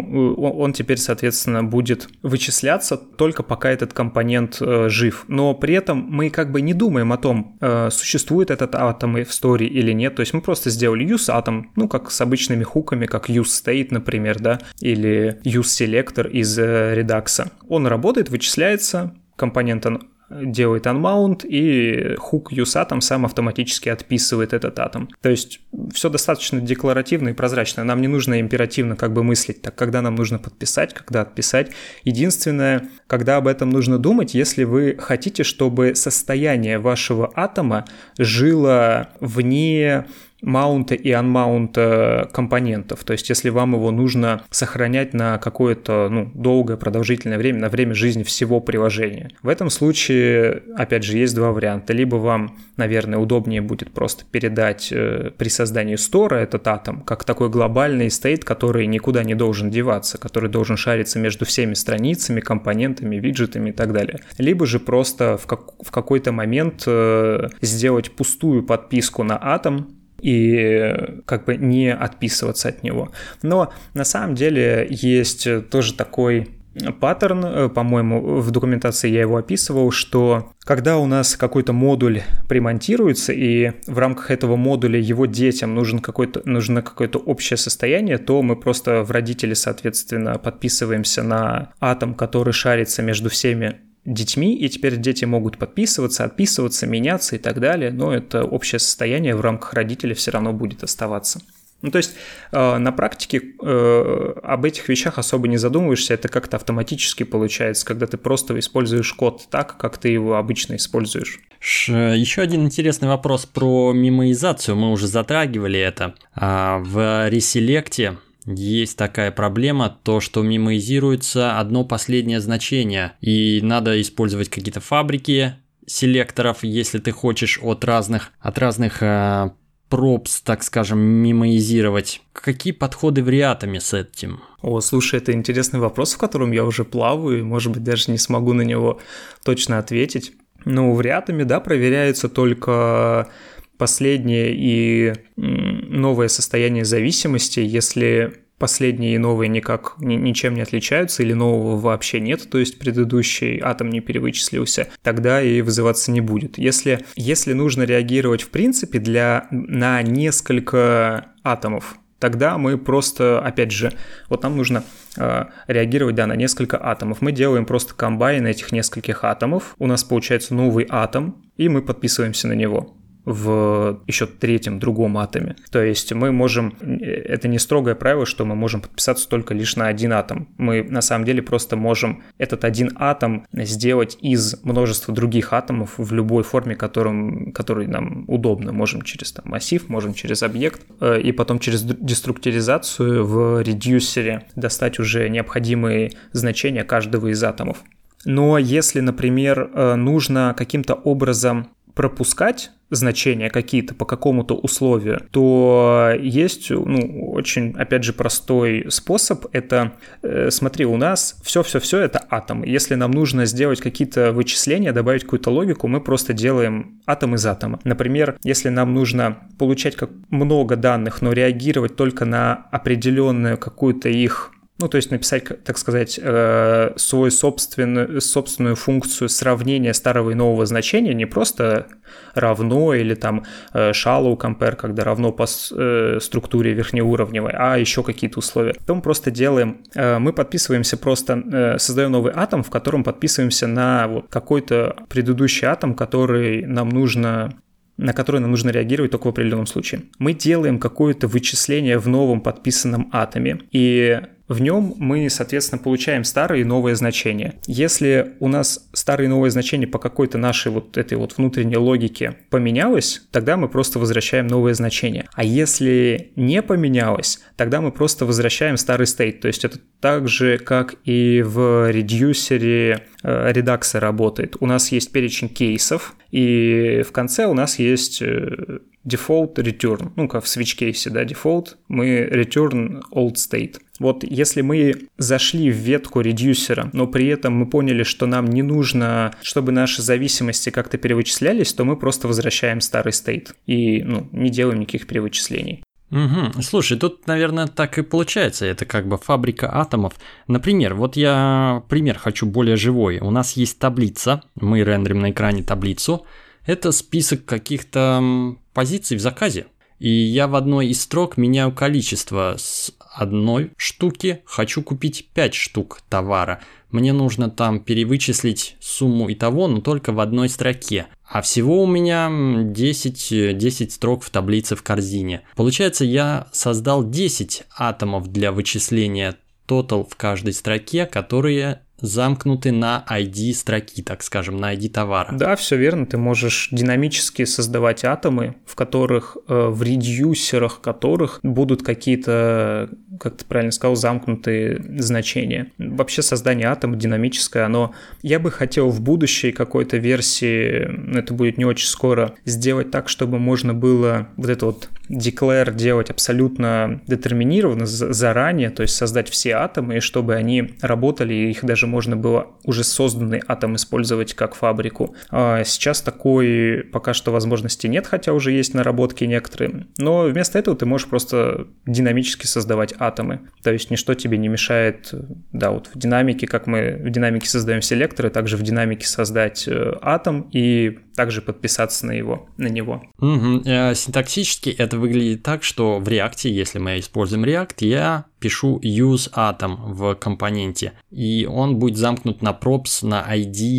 соответственно, будет вычисляться только пока этот компонент жив. Но при этом мы как бы не думаем о том, существует этот атом в сторе или нет. То есть мы просто сделали useAtom, как с обычными хуками, как useState, например, да, или useSelector из Redux. Он работает, вычисляется, компонент делает unmount, и хук useAtom сам автоматически отписывает этот атом. То есть все достаточно декларативно и прозрачно. Нам не нужно императивно как бы мыслить, так когда нам нужно подписать, когда отписать. Единственное, когда об этом нужно думать, если вы хотите, чтобы состояние вашего атома жило вне маунта и анмаунта компонентов. То есть, если вам его нужно сохранять на какое-то долгое продолжительное время, на время жизни всего приложения. В этом случае, опять же, есть два варианта. Либо вам, наверное, удобнее будет просто передать при создании стора этот атом, как такой глобальный стейт, который никуда не должен деваться, который должен шариться между всеми страницами, компонентами, виджетами и так далее. Либо же просто в какой-то момент сделать пустую подписку на атом, и как бы не отписываться от него. Но на самом деле есть тоже такой паттерн, по-моему, в документации я его описывал, что когда у нас какой-то модуль примонтируется, и в рамках этого модуля его детям нужно какое-то общее состояние, то мы просто в родителе, соответственно, подписываемся на атом, который шарится между всеми детьми, и теперь дети могут подписываться, отписываться, меняться и так далее, но это общее состояние в рамках родителей все равно будет оставаться. Ну, то есть на практике об этих вещах особо не задумываешься, это как-то автоматически получается, когда ты просто используешь код так, как ты его обычно используешь. Еще один интересный вопрос про мимоизацию, мы уже затрагивали это. В реселекте есть такая проблема, то, что мимоизируется одно последнее значение, и надо использовать какие-то фабрики селекторов, если ты хочешь от разных пропс, так скажем, мимоизировать. Какие подходы в реатоме с этим? О, слушай, это интересный вопрос, в котором я уже плаваю, и, может быть, даже не смогу на него точно ответить. Ну, в реатоме, да, проверяется только последнее и новое состояние зависимости. Если последние и новые ничем не отличаются или нового вообще нет, то есть предыдущий атом не перевычислился, тогда и вызываться не будет. Если нужно реагировать в принципе на несколько атомов, тогда мы просто, опять же, вот нам нужно реагировать, да, на несколько атомов. Мы делаем просто комбайн этих нескольких атомов, у нас получается новый атом, и мы подписываемся на него в еще третьем, другом атоме. То есть мы можем, это не строгое правило, что мы можем подписаться только лишь на один атом. Мы на самом деле просто можем этот один атом сделать из множества других атомов в любой форме, который нам удобно. Можем через массив, можем через объект, и потом через деструктуризацию в редюсере достать уже необходимые значения каждого из атомов. Но если, например, нужно каким-то образом пропускать значения какие-то по какому-то условию, то есть, очень, опять же, простой способ. Это, смотри, у нас все это атомы. Если нам нужно сделать какие-то вычисления, добавить какую-то логику, мы просто делаем атом из атома. Например, если нам нужно получать много данных, но реагировать только на определенную какую-то их, то есть написать, так сказать, свою собственную функцию сравнения старого и нового значения, не просто равно или shallow compare, когда равно по структуре верхнеуровневой, а еще какие-то условия. То мы просто мы подписываемся просто, создаем новый атом, в котором подписываемся на какой-то предыдущий атом, на который нам нужно реагировать только в определенном случае. Мы делаем какое-то вычисление в новом подписанном атоме, и в нем мы, соответственно, получаем старые и новые значения. Если у нас старые и новые значения по какой-то нашей этой внутренней логике поменялось, тогда мы просто возвращаем новые значения. А если не поменялось, тогда мы просто возвращаем старый стейт. То есть это так же, как и в редюсере редакса работает. У нас есть перечень кейсов, и в конце у нас есть default return, как в switch кейсе, да, default, мы return old state. Вот если мы зашли в ветку редюсера, но при этом мы поняли, что нам не нужно, чтобы наши зависимости как-то перевычислялись, то мы просто возвращаем старый state и не делаем никаких перевычислений. Угу. Слушай, тут, наверное, так и получается. Это как бы фабрика атомов. Например, я пример хочу более живой. У нас есть таблица, мы рендерим на экране таблицу. Это список каких-то позиций в заказе. И я в одной из строк меняю количество. С одной штуки хочу купить 5 штук товара. Мне нужно перевычислить сумму итого, но только в одной строке. А всего у меня 10 строк в таблице в корзине. Получается, я создал 10 атомов для вычисления total в каждой строке, которые замкнуты на ID строки, так скажем, на ID товара. Да, все верно. Ты можешь динамически создавать атомы, в редюсерах которых будут какие-то, как ты правильно сказал, замкнутые значения. Вообще создание атома динамическое, я бы хотел в будущей какой-то версии, это будет не очень скоро, сделать так, чтобы можно было declare делать абсолютно детерминированно заранее, то есть создать все атомы, и чтобы они работали, и их даже можно было уже созданный атом использовать как фабрику. Сейчас такой пока что возможности нет, хотя уже есть наработки некоторые, но вместо этого ты можешь просто динамически создавать атомы, то есть ничто тебе не мешает, в динамике, как мы в динамике создаем селекторы, также в динамике создать атом и также подписаться на него. Угу. Синтаксически это выглядит так, что в React, если мы используем React, я пишу use atom в компоненте, и он будет замкнут на props, на ID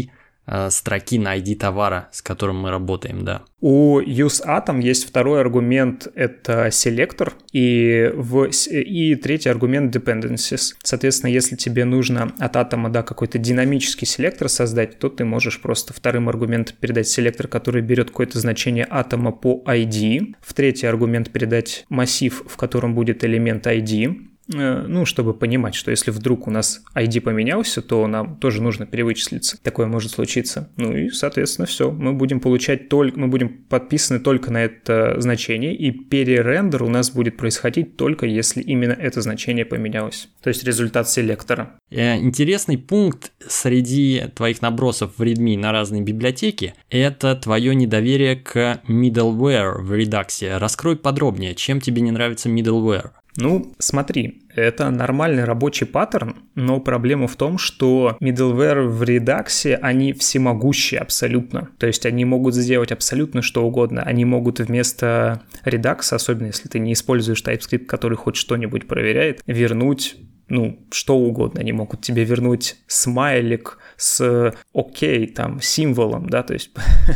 строки на ID товара, с которым мы работаем, да. У useAtom есть второй аргумент — это селектор, и третий аргумент — dependencies. Соответственно, если тебе нужно от атома, да, какой-то динамический селектор создать, то ты можешь просто вторым аргументом передать селектор, который берет какое-то значение атома по ID. В третий аргумент передать массив, в котором будет элемент ID. Ну, чтобы понимать, что если вдруг у нас ID поменялся, то нам тоже нужно перевычислиться. Такое может случиться. Ну и, соответственно, все. Мы будем подписаны только на это значение, и перерендер у нас будет происходить только если именно это значение поменялось. То есть результат селектора. Интересный пункт среди твоих набросов в Readme на разные библиотеки – это твое недоверие к middleware в Redux. Раскрой подробнее, чем тебе не нравится middleware. Ну, смотри, это нормальный рабочий паттерн, но проблема в том, что middleware в Redux, они всемогущие абсолютно. То есть они могут сделать абсолютно что угодно. Они могут вместо Redux, особенно если ты не используешь TypeScript, который хоть что-нибудь проверяет, вернуть что угодно. Они могут тебе вернуть смайлик с окей, там, символом, да, то есть,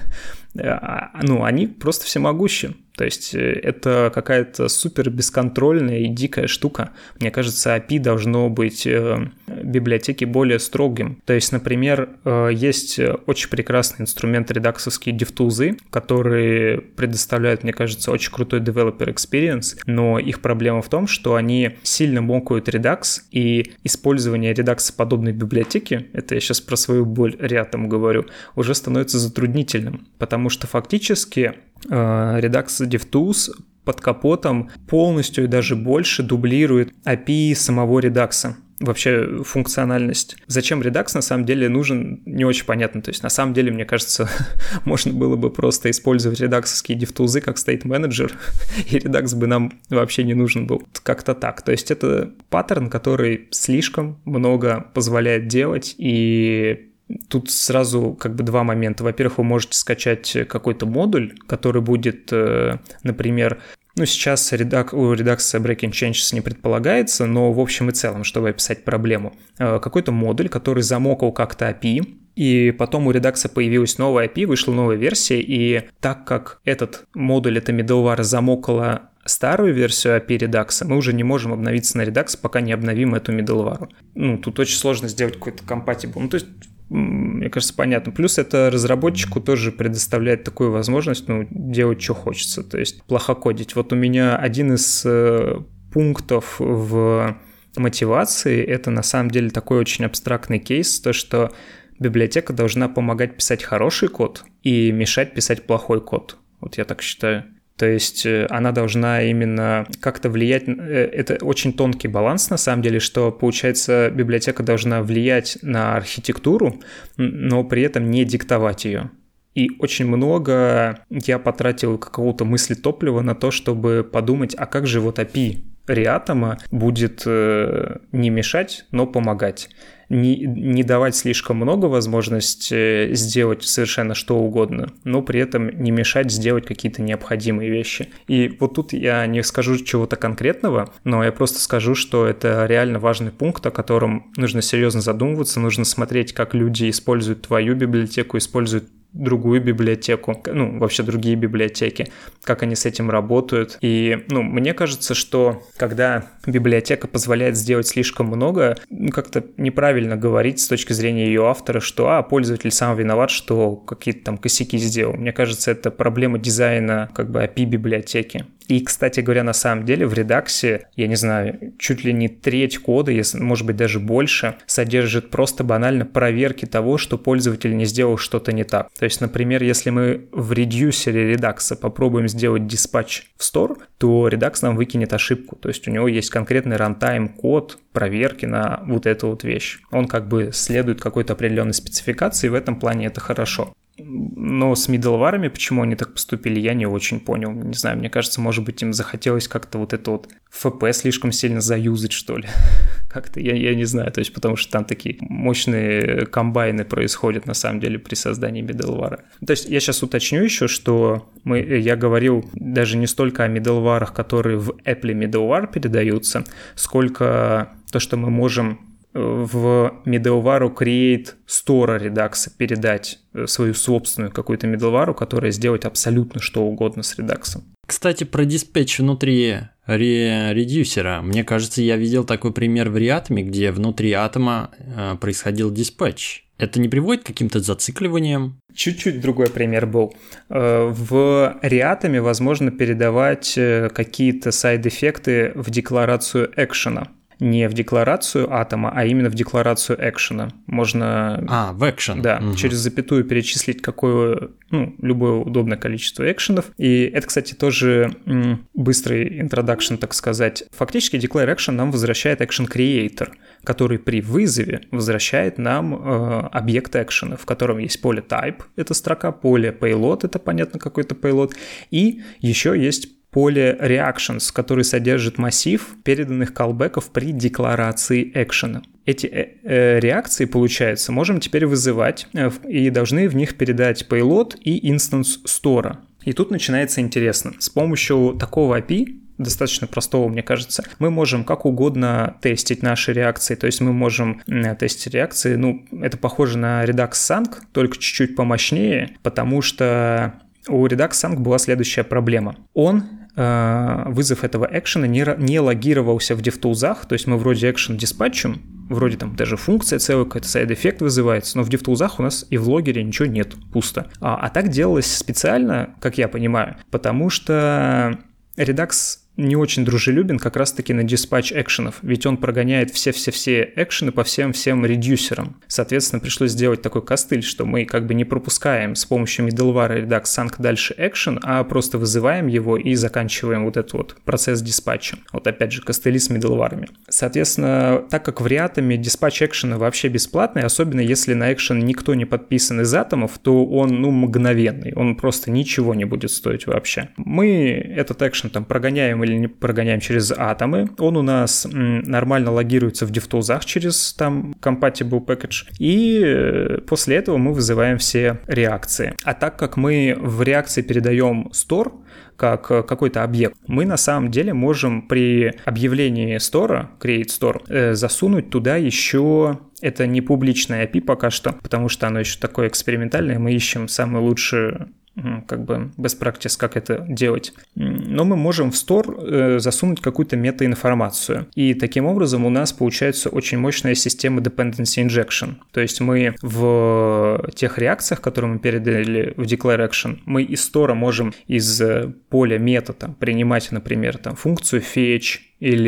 они просто всемогущи. То есть это какая-то супер бесконтрольная и дикая штука. Мне кажется, API должно быть в библиотеке более строгим. То есть, например, есть очень прекрасный инструмент редаксовские DevTools, которые предоставляют, мне кажется, очень крутой developer experience, но их проблема в том, что они сильно мокают Redux, и использование Redux-подобной библиотеки, это я сейчас про свою боль рядом говорю, уже становится затруднительным, потому что фактически Redux DevTools под капотом полностью и даже больше дублирует API самого Redux. Вообще функциональность. Зачем Redux на самом деле нужен, не очень понятно. То есть на самом деле, мне кажется, можно было бы просто использовать редаксовские DevTools как state manager, и Redux бы нам вообще не нужен был. Как-то так. То есть это паттерн, который слишком много позволяет делать, и тут сразу два момента. Во-первых, вы можете скачать какой-то модуль, который будет, например, сейчас у Redux breaking changes не предполагается, но в общем и целом, чтобы описать проблему, какой-то модуль, который замокал как-то API, и потом у Redux появилась новая API, вышла новая версия, и так как этот модуль, это middleware, замокала старую версию API Redux, мы уже не можем обновиться на Redux, пока не обновим эту middleware. Тут очень сложно сделать какой-то compatible. То есть, мне кажется, понятно. Плюс это разработчику тоже предоставляет такую возможность, делать, что хочется. То есть плохо кодить. Вот у меня один из пунктов в мотивации, это на самом деле такой очень абстрактный кейс, то, что библиотека должна помогать писать хороший код и мешать писать плохой код. Вот я так считаю. То есть она должна именно как-то влиять, это очень тонкий баланс на самом деле, что получается библиотека должна влиять на архитектуру, но при этом не диктовать ее. И очень много я потратил какого-то мыслетоплива на то, чтобы подумать, а как же вот API Reatom будет не мешать, но помогать. Не давать слишком много возможностей сделать совершенно что угодно, но при этом не мешать сделать какие-то необходимые вещи. И вот тут я не скажу чего-то конкретного, но я просто скажу, что это реально важный пункт, о котором нужно серьезно задумываться, нужно смотреть, как люди используют твою библиотеку, используют другую библиотеку, вообще другие библиотеки, как они с этим работают. И, мне кажется, что когда библиотека позволяет сделать слишком много, как-то неправильно говорить с точки зрения ее автора, что, пользователь сам виноват, что какие-то там косяки сделал. Мне кажется, это проблема дизайна API библиотеки. И, кстати говоря, на самом деле в Redux, я не знаю, чуть ли не треть кода, если, может быть, даже больше, содержит просто банально проверки того, что пользователь не сделал что-то не так. То есть, например, если мы в редюсере Redux попробуем сделать диспатч в store, то Redux нам выкинет ошибку. То есть у него есть конкретный рантайм код проверки на вот эту вот вещь. Он следует какой-то определенной спецификации, и в этом плане это хорошо. Но с middleware, почему они так поступили, я не очень понял. Не знаю, мне кажется, может быть, им захотелось как-то вот это вот FP слишком сильно заюзать, что ли. Как-то, я не знаю, то есть потому что там такие мощные комбайны происходят на самом деле при создании middleware. То есть я сейчас уточню еще, что я говорил даже не столько о middleware, которые в Apple middleware передаются, сколько то, что мы можем в middleware create store Redux передать свою собственную какую-то middleware, которая сделает абсолютно что угодно с Redux. Кстати, про диспетч внутри редюсера. Мне кажется, я видел такой пример в Reatom, где внутри атома происходил диспетч. Это не приводит к каким-то зацикливаниям? Чуть-чуть другой пример был. В Reatom возможно передавать какие-то сайд-эффекты в декларацию экшена. Не в декларацию атома, а именно в декларацию экшена. Можно... в экшен. Да, через запятую перечислить любое удобное количество экшенов. И это, кстати, тоже быстрый introduction, так сказать. Фактически declare action нам возвращает action creator, который при вызове возвращает нам объект экшена, в котором есть поле type, это строка, поле payload, это понятно какой-то payload, и еще есть поле reactions, который содержит массив переданных колбеков при декларации экшена. Эти реакции, получается, можем теперь вызывать и должны в них передать payload и instance store. И тут начинается интересно. С помощью такого API, достаточно простого, мне кажется, мы можем как угодно тестить наши реакции. То есть мы можем тестить реакции, это похоже на Redux Sync, только чуть-чуть помощнее, потому что у Redux Sync была следующая проблема. Вызов этого экшена не логировался в DevTools, то есть мы вроде экшен диспатчем, вроде там даже функция целая, какой-то сайд-эффект вызывается, но в DevTools у нас и в логере ничего нет, пусто. А так делалось специально, как я понимаю, потому что Redux не очень дружелюбен как раз-таки на диспатч экшенов, ведь он прогоняет все экшены по всем редюсерам. Соответственно, пришлось сделать такой костыль, что мы как бы не пропускаем с помощью middleware Redux Sync дальше экшен, а просто вызываем его и заканчиваем вот этот вот процесс диспатча. Вот опять же, костыли с middleware. Соответственно, так как в Reatom диспатч экшена вообще бесплатный, особенно если на экшен никто не подписан из атомов, то он, мгновенный, он просто ничего не будет стоить вообще. Мы этот экшен там прогоняем или не прогоняем через атомы, он у нас нормально логируется в DevTools через там compatible package, и после этого мы вызываем все реакции. А так как мы в реакции передаем store, как какой-то объект, мы на самом деле можем при объявлении store, create store, засунуть туда еще... Это не публичное API пока что, потому что оно еще такое экспериментальное, мы ищем самые лучшие best practice, как это делать. Но мы можем в store засунуть какую-то метаинформацию. И таким образом у нас получается очень мощная система dependency injection. То есть мы в тех реакциях, которые мы передали в declare action, мы из store можем из поля мета принимать, например, функцию fetch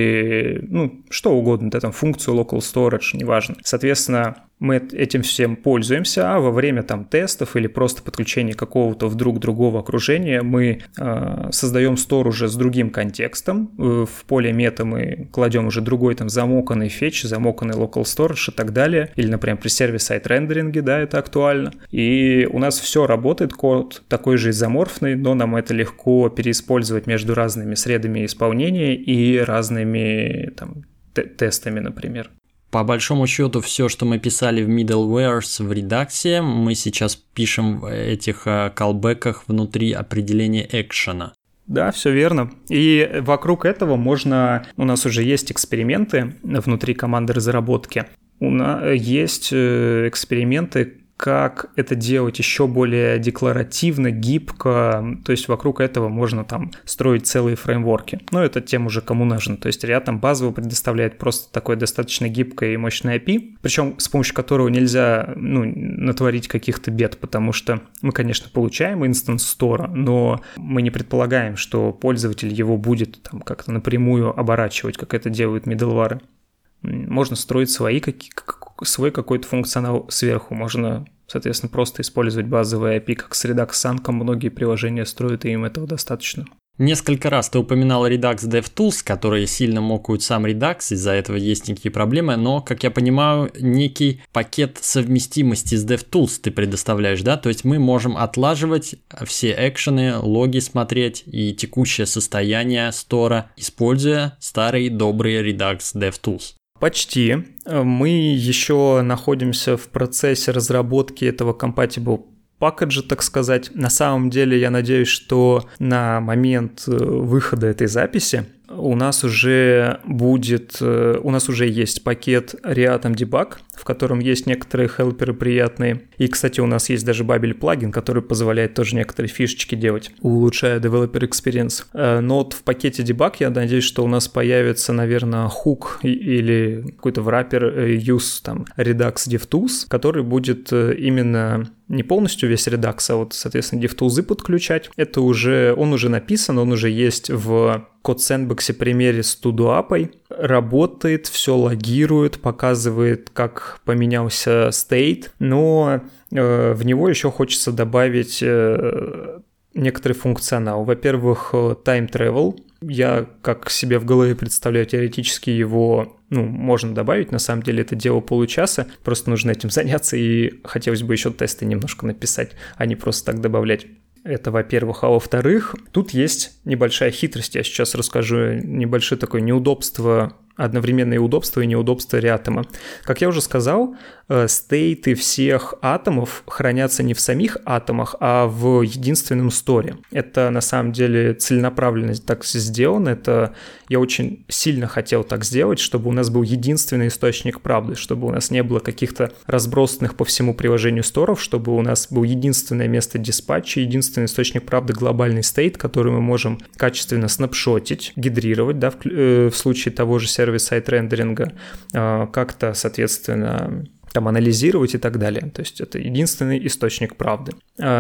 или что угодно, функцию local storage, неважно. Соответственно, мы этим всем пользуемся, а во время тестов или просто подключения какого-то вдруг другого окружения мы создаем store уже с другим контекстом. В поле мета мы кладем уже другой замоканный fetch, замоканный local storage и так далее. Или, например, при сервис-сайд рендеринге, да, это актуально. И у нас все работает, код такой же изоморфный, но нам это легко переиспользовать между разными средами исполнения и разными тестами, например. По большому счету, все, что мы писали в middlewares в Redux, мы сейчас пишем в этих callback'ах внутри определения экшена. Да, все верно. И вокруг этого можно... У нас уже есть эксперименты внутри команды разработки. У нас есть эксперименты, как это делать еще более декларативно, гибко, то есть вокруг этого можно строить целые фреймворки. Но это тем уже кому нужно. То есть Reatom базово предоставляет просто такое достаточно гибкое и мощное API, причем с помощью которого нельзя натворить каких-то бед, потому что мы, конечно, получаем инстанс стора, но мы не предполагаем, что пользователь его будет как-то напрямую оборачивать, как это делают middleware. Можно строить свой какой-то функционал сверху. Можно, соответственно, просто использовать базовый API, как с Redux Sync. Многие приложения строят, и им этого достаточно. Несколько раз ты упоминал Redux DevTools, которые сильно мокают сам Redux, из-за этого есть некие проблемы, но, как я понимаю, некий пакет совместимости с DevTools ты предоставляешь, да? То есть мы можем отлаживать все экшены, логи смотреть и текущее состояние стора, используя старый добрый Redux DevTools. Почти. Мы еще находимся в процессе разработки этого compatible пакеджа, так сказать. На самом деле, я надеюсь, что на момент выхода этой записи у нас уже есть пакет Reatom Debug, в котором есть некоторые хелперы приятные. И, кстати, у нас есть даже Babel плагин, который позволяет тоже некоторые фишечки делать, улучшая developer experience. Но вот в пакете Debug я надеюсь, что у нас появится, наверное, хук или какой-то враппер use там Redux DevTools, который будет именно не полностью весь Redux, а вот, соответственно, DevTools подключать. Он уже написан, он уже есть в CodeSandbox примере с TodoApp, работает, все логирует, показывает, как поменялся state, но в него еще хочется добавить некоторый функционал. Во-первых, time travel. Я как себе в голове представляю, теоретически его можно добавить, на самом деле это дело получаса, просто нужно этим заняться, и хотелось бы еще тесты немножко написать, а не просто так добавлять. Это, во-первых. А во-вторых, тут есть небольшая хитрость, я сейчас расскажу небольшое такое неудобство, одновременное удобство и неудобство Reatom. Как я уже сказал, стейты всех атомов хранятся не в самих атомах, а в единственном сторе. Это на самом деле целенаправленно так сделано. Это я очень сильно хотел так сделать, чтобы у нас был единственный источник правды, чтобы у нас не было каких-то разбросанных по всему приложению сторов, чтобы у нас был единственное место диспатча, единственный источник правды глобальный стейт, который мы можем качественно снапшотить, гидрировать, да, в случае того же сервис-сайд рендеринга, как-то, соответственно, там анализировать и так далее. То есть это единственный источник правды.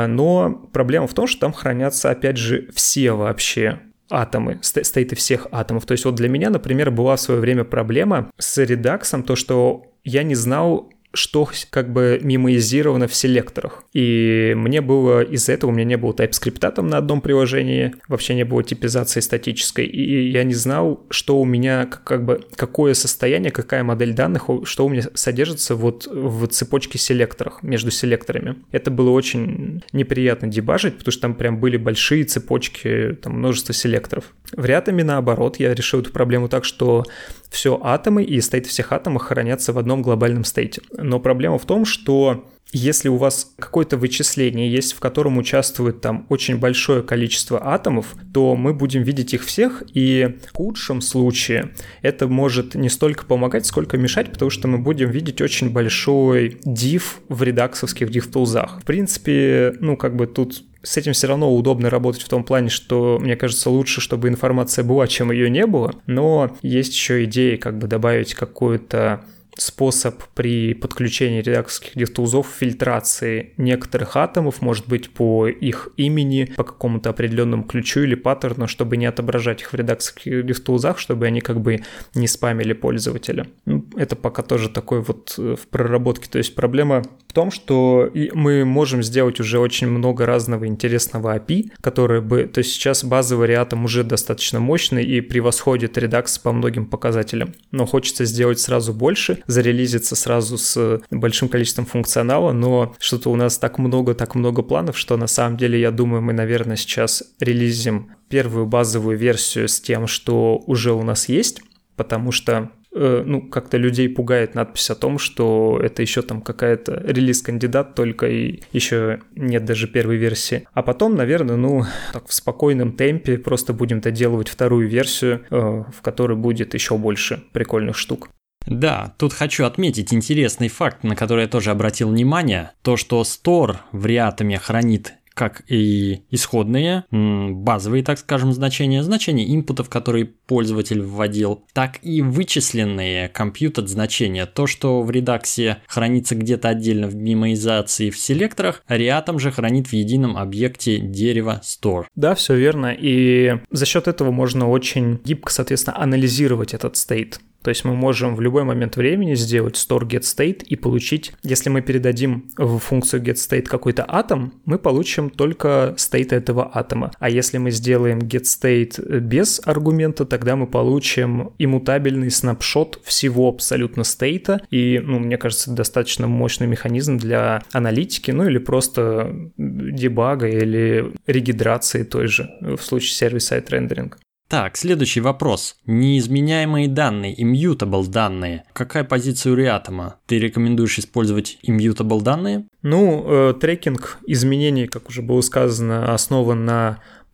Но проблема в том, что там хранятся, опять же, все вообще атомы, стейты всех атомов. То есть вот для меня, например, была в свое время проблема с редаксом, то, что я не знал, что как бы мемоизировано в селекторах. И мне было из-за этого, у меня не было TypeScript там на одном приложении, вообще не было типизации статической, и я не знал, что у меня, как бы, какое состояние, какая модель данных, что у меня содержится вот в цепочке селекторах, между селекторами. Это было очень неприятно дебажить, потому что там прям были большие цепочки, там множество селекторов. В Reatom наоборот, я решил эту проблему так, что все атомы и стейты всех атомов хранятся в одном глобальном стейте. Но проблема в том, что если у вас какое-то вычисление есть, в котором участвует там очень большое количество атомов, то мы будем видеть их всех, и в худшем случае это может не столько помогать, сколько мешать, потому что мы будем видеть очень большой diff в редаксовских div-тулзах. В принципе, тут с этим все равно удобно работать в том плане, что, мне кажется, лучше, чтобы информация была, чем ее не было, но есть еще идеи добавить какую-то способ при подключении редакторских div-тулзов фильтрации некоторых атомов, может быть, по их имени, по какому-то определенному ключу или паттерну, чтобы не отображать их в редакторских div-тулзах, чтобы они не спамили пользователя. Это пока тоже такой вот в проработке. То есть проблема в том, что мы можем сделать уже очень много разного интересного API, которые бы... То есть сейчас базовый Reatom уже достаточно мощный и превосходит Redux по многим показателям. Но хочется сделать сразу больше, зарелизиться сразу с большим количеством функционала, но что-то у нас так много планов, что на самом деле, я думаю, мы, наверное, сейчас релизим первую базовую версию с тем, что уже у нас есть, потому что как-то людей пугает надпись о том, что это еще там какая-то релиз-кандидат только и еще нет даже первой версии. А потом, наверное, в спокойном темпе просто будем доделывать вторую версию, в которой будет еще больше прикольных штук. Да, тут хочу отметить интересный факт, на который я тоже обратил внимание. То, что Store в Reatom хранит как и исходные, базовые, так скажем, значения инпутов, которые пользователь вводил, так и вычисленные computed значения. То, что в Redux хранится где-то отдельно в мемоизации в селекторах, Reatom же хранит в едином объекте дерева store. Да, все верно. И за счет этого можно очень гибко, соответственно, анализировать этот стейт. То есть мы можем в любой момент времени сделать store get state и получить, если мы передадим в функцию get state какой-то атом, мы получим только state этого атома. А если мы сделаем get state без аргумента, тогда мы получим иммутабельный снапшот всего абсолютно стейта. И, мне кажется, достаточно мощный механизм для аналитики, или просто дебага или регидрации той же, в случае сервис-сайд рендеринга. Так, следующий вопрос. Неизменяемые данные, immutable данные. Какая позиция у Reatom? Ты рекомендуешь использовать immutable данные? Трекинг изменений, как уже было сказано, основан на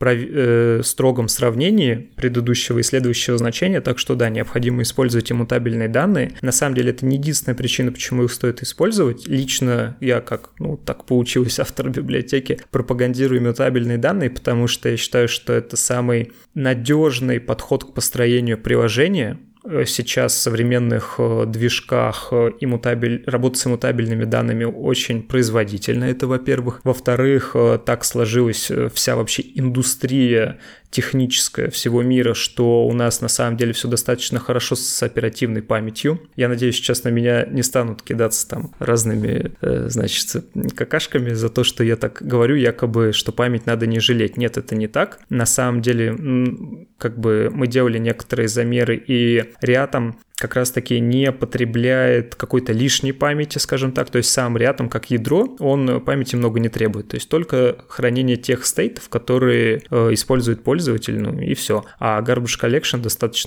строгом сравнении предыдущего и следующего значения, так что да, необходимо использовать иммутабельные данные. На самом деле это не единственная причина, почему их стоит использовать. Лично я, как, так получилось, автор библиотеки, пропагандирую иммутабельные данные, потому что я считаю, что это самый надежный подход к построению приложения. Сейчас в современных движках работа с иммутабельными данными очень производительна, это во-первых. Во-вторых, так сложилась вся вообще индустрия техническая всего мира, что у нас на самом деле все достаточно хорошо с оперативной памятью. Я надеюсь, сейчас на меня не станут кидаться там разными, какашками за то, что я так говорю, якобы, что память надо не жалеть. Нет, это не так. На самом деле, мы делали некоторые замеры, и Реатом как раз-таки не потребляет какой-то лишней памяти, скажем так, то есть сам Реатом как ядро, он памяти много не требует, то есть только хранение тех стейтов, которые использует пользователь, и все. А Garbage Collection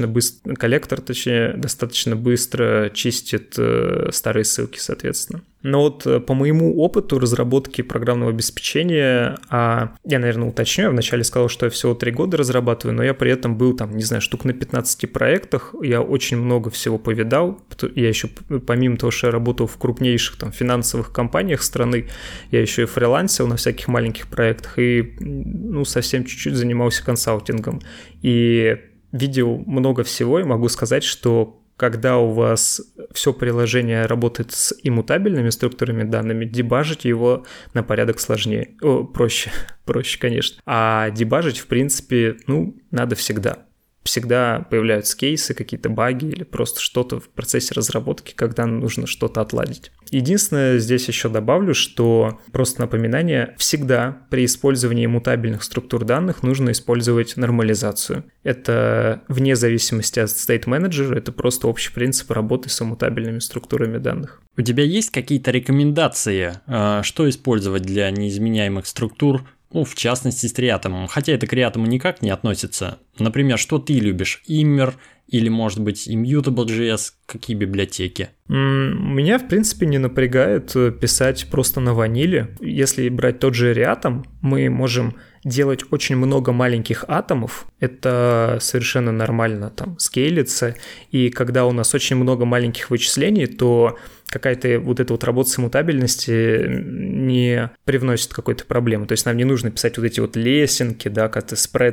достаточно быстро чистит старые ссылки, соответственно. Но вот по моему опыту разработки программного обеспечения, я, наверное, уточню, я вначале сказал, что я всего 3 года разрабатываю, но я при этом был штук на 15 проектах, я очень много всего повидал. Я еще, помимо того, что я работал в крупнейших финансовых компаниях страны, я еще и фрилансил на всяких маленьких проектах и, совсем чуть-чуть занимался консалтингом. И видел много всего, и могу сказать, что когда у вас все приложение работает с иммутабельными структурами данными, дебажить его на порядок сложнее. Проще, конечно. А дебажить, в принципе, надо всегда. Всегда появляются кейсы, какие-то баги или просто что-то в процессе разработки, когда нужно что-то отладить. Единственное, здесь еще добавлю, что просто напоминание, всегда при использовании иммутабельных структур данных нужно использовать нормализацию. Это вне зависимости от state manager, это просто общий принцип работы с иммутабельными структурами данных. У тебя есть какие-то рекомендации, что использовать для неизменяемых структур? В частности, с Reatom. Хотя это к Reatom никак не относится. Например, что ты любишь? Immer или, может быть, Immutable.js? Какие библиотеки? Меня, в принципе, не напрягает писать просто на ваниле. Если брать тот же Reatom, мы можем делать очень много маленьких атомов. Это совершенно нормально скейлится. И когда у нас очень много маленьких вычислений, то какая-то эта работа с иммутабельности не привносит какой-то проблемы. То есть нам не нужно писать эти лесенки, как-то спред,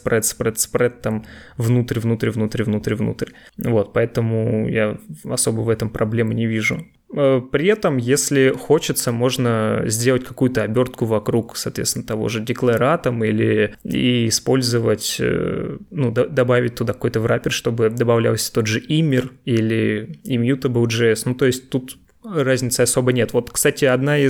внутрь. Поэтому я особо в этом проблемы не вижу. При этом, если хочется, можно сделать какую-то обертку вокруг, соответственно, того же Declare или использовать, добавить туда какой-то wrapper, чтобы добавлялся тот же Immer или Immutable.js. То есть тут разницы особо нет. Кстати,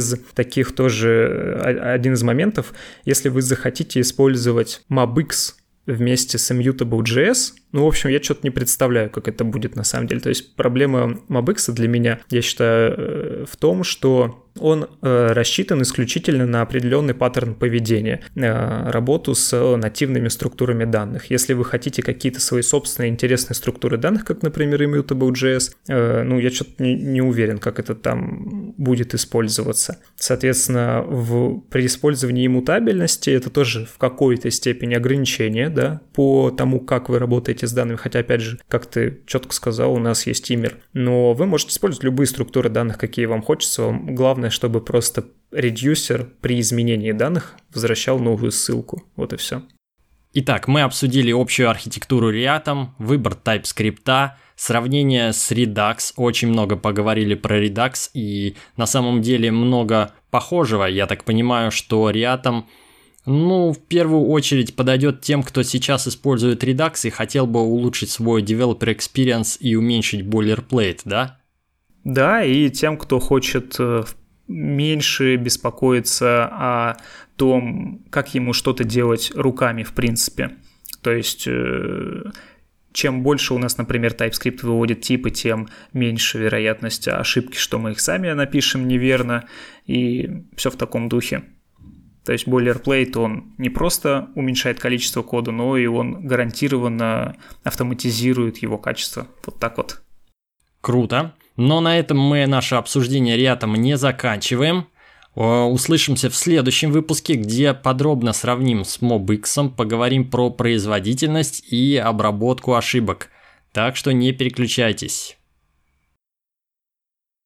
один из моментов, если вы захотите использовать MobX вместе с Immutable.js, я что-то не представляю, как это будет на самом деле. То есть проблема MobX для меня, я считаю, в том, что он рассчитан исключительно на определенный паттерн поведения, работу с нативными структурами данных. Если вы хотите какие-то свои собственные интересные структуры данных, как, например, Immutable.js, я что-то не уверен, как это там будет использоваться. Соответственно, при использовании иммутабельности это тоже в какой-то степени ограничение, по тому, как вы работаете с данными, хотя, опять же, как ты четко сказал, у нас есть Immer. Но вы можете использовать любые структуры данных, какие вам хочется. Главное, чтобы просто редюсер при изменении данных возвращал новую ссылку. Вот и все. Итак, мы обсудили общую архитектуру Reatom, выбор TypeScript, сравнение с Redux. Очень много поговорили про Redux, и на самом деле много похожего. Я так понимаю, что Reatom в первую очередь подойдет тем, кто сейчас использует Redux и хотел бы улучшить свой developer experience и уменьшить boilerplate, да? Да, и тем, кто хочет меньше беспокоиться о том, как ему что-то делать руками, в принципе. То есть, чем больше у нас, например, TypeScript выводит типы, тем меньше вероятность ошибки, что мы их сами напишем неверно, и все в таком духе. То есть boilerplate, он не просто уменьшает количество кода, но и он гарантированно автоматизирует его качество. Вот так вот. Круто. Но на этом мы наше обсуждение Reatom не заканчиваем. Услышимся в следующем выпуске, где подробно сравним с MobX, поговорим про производительность и обработку ошибок. Так что не переключайтесь.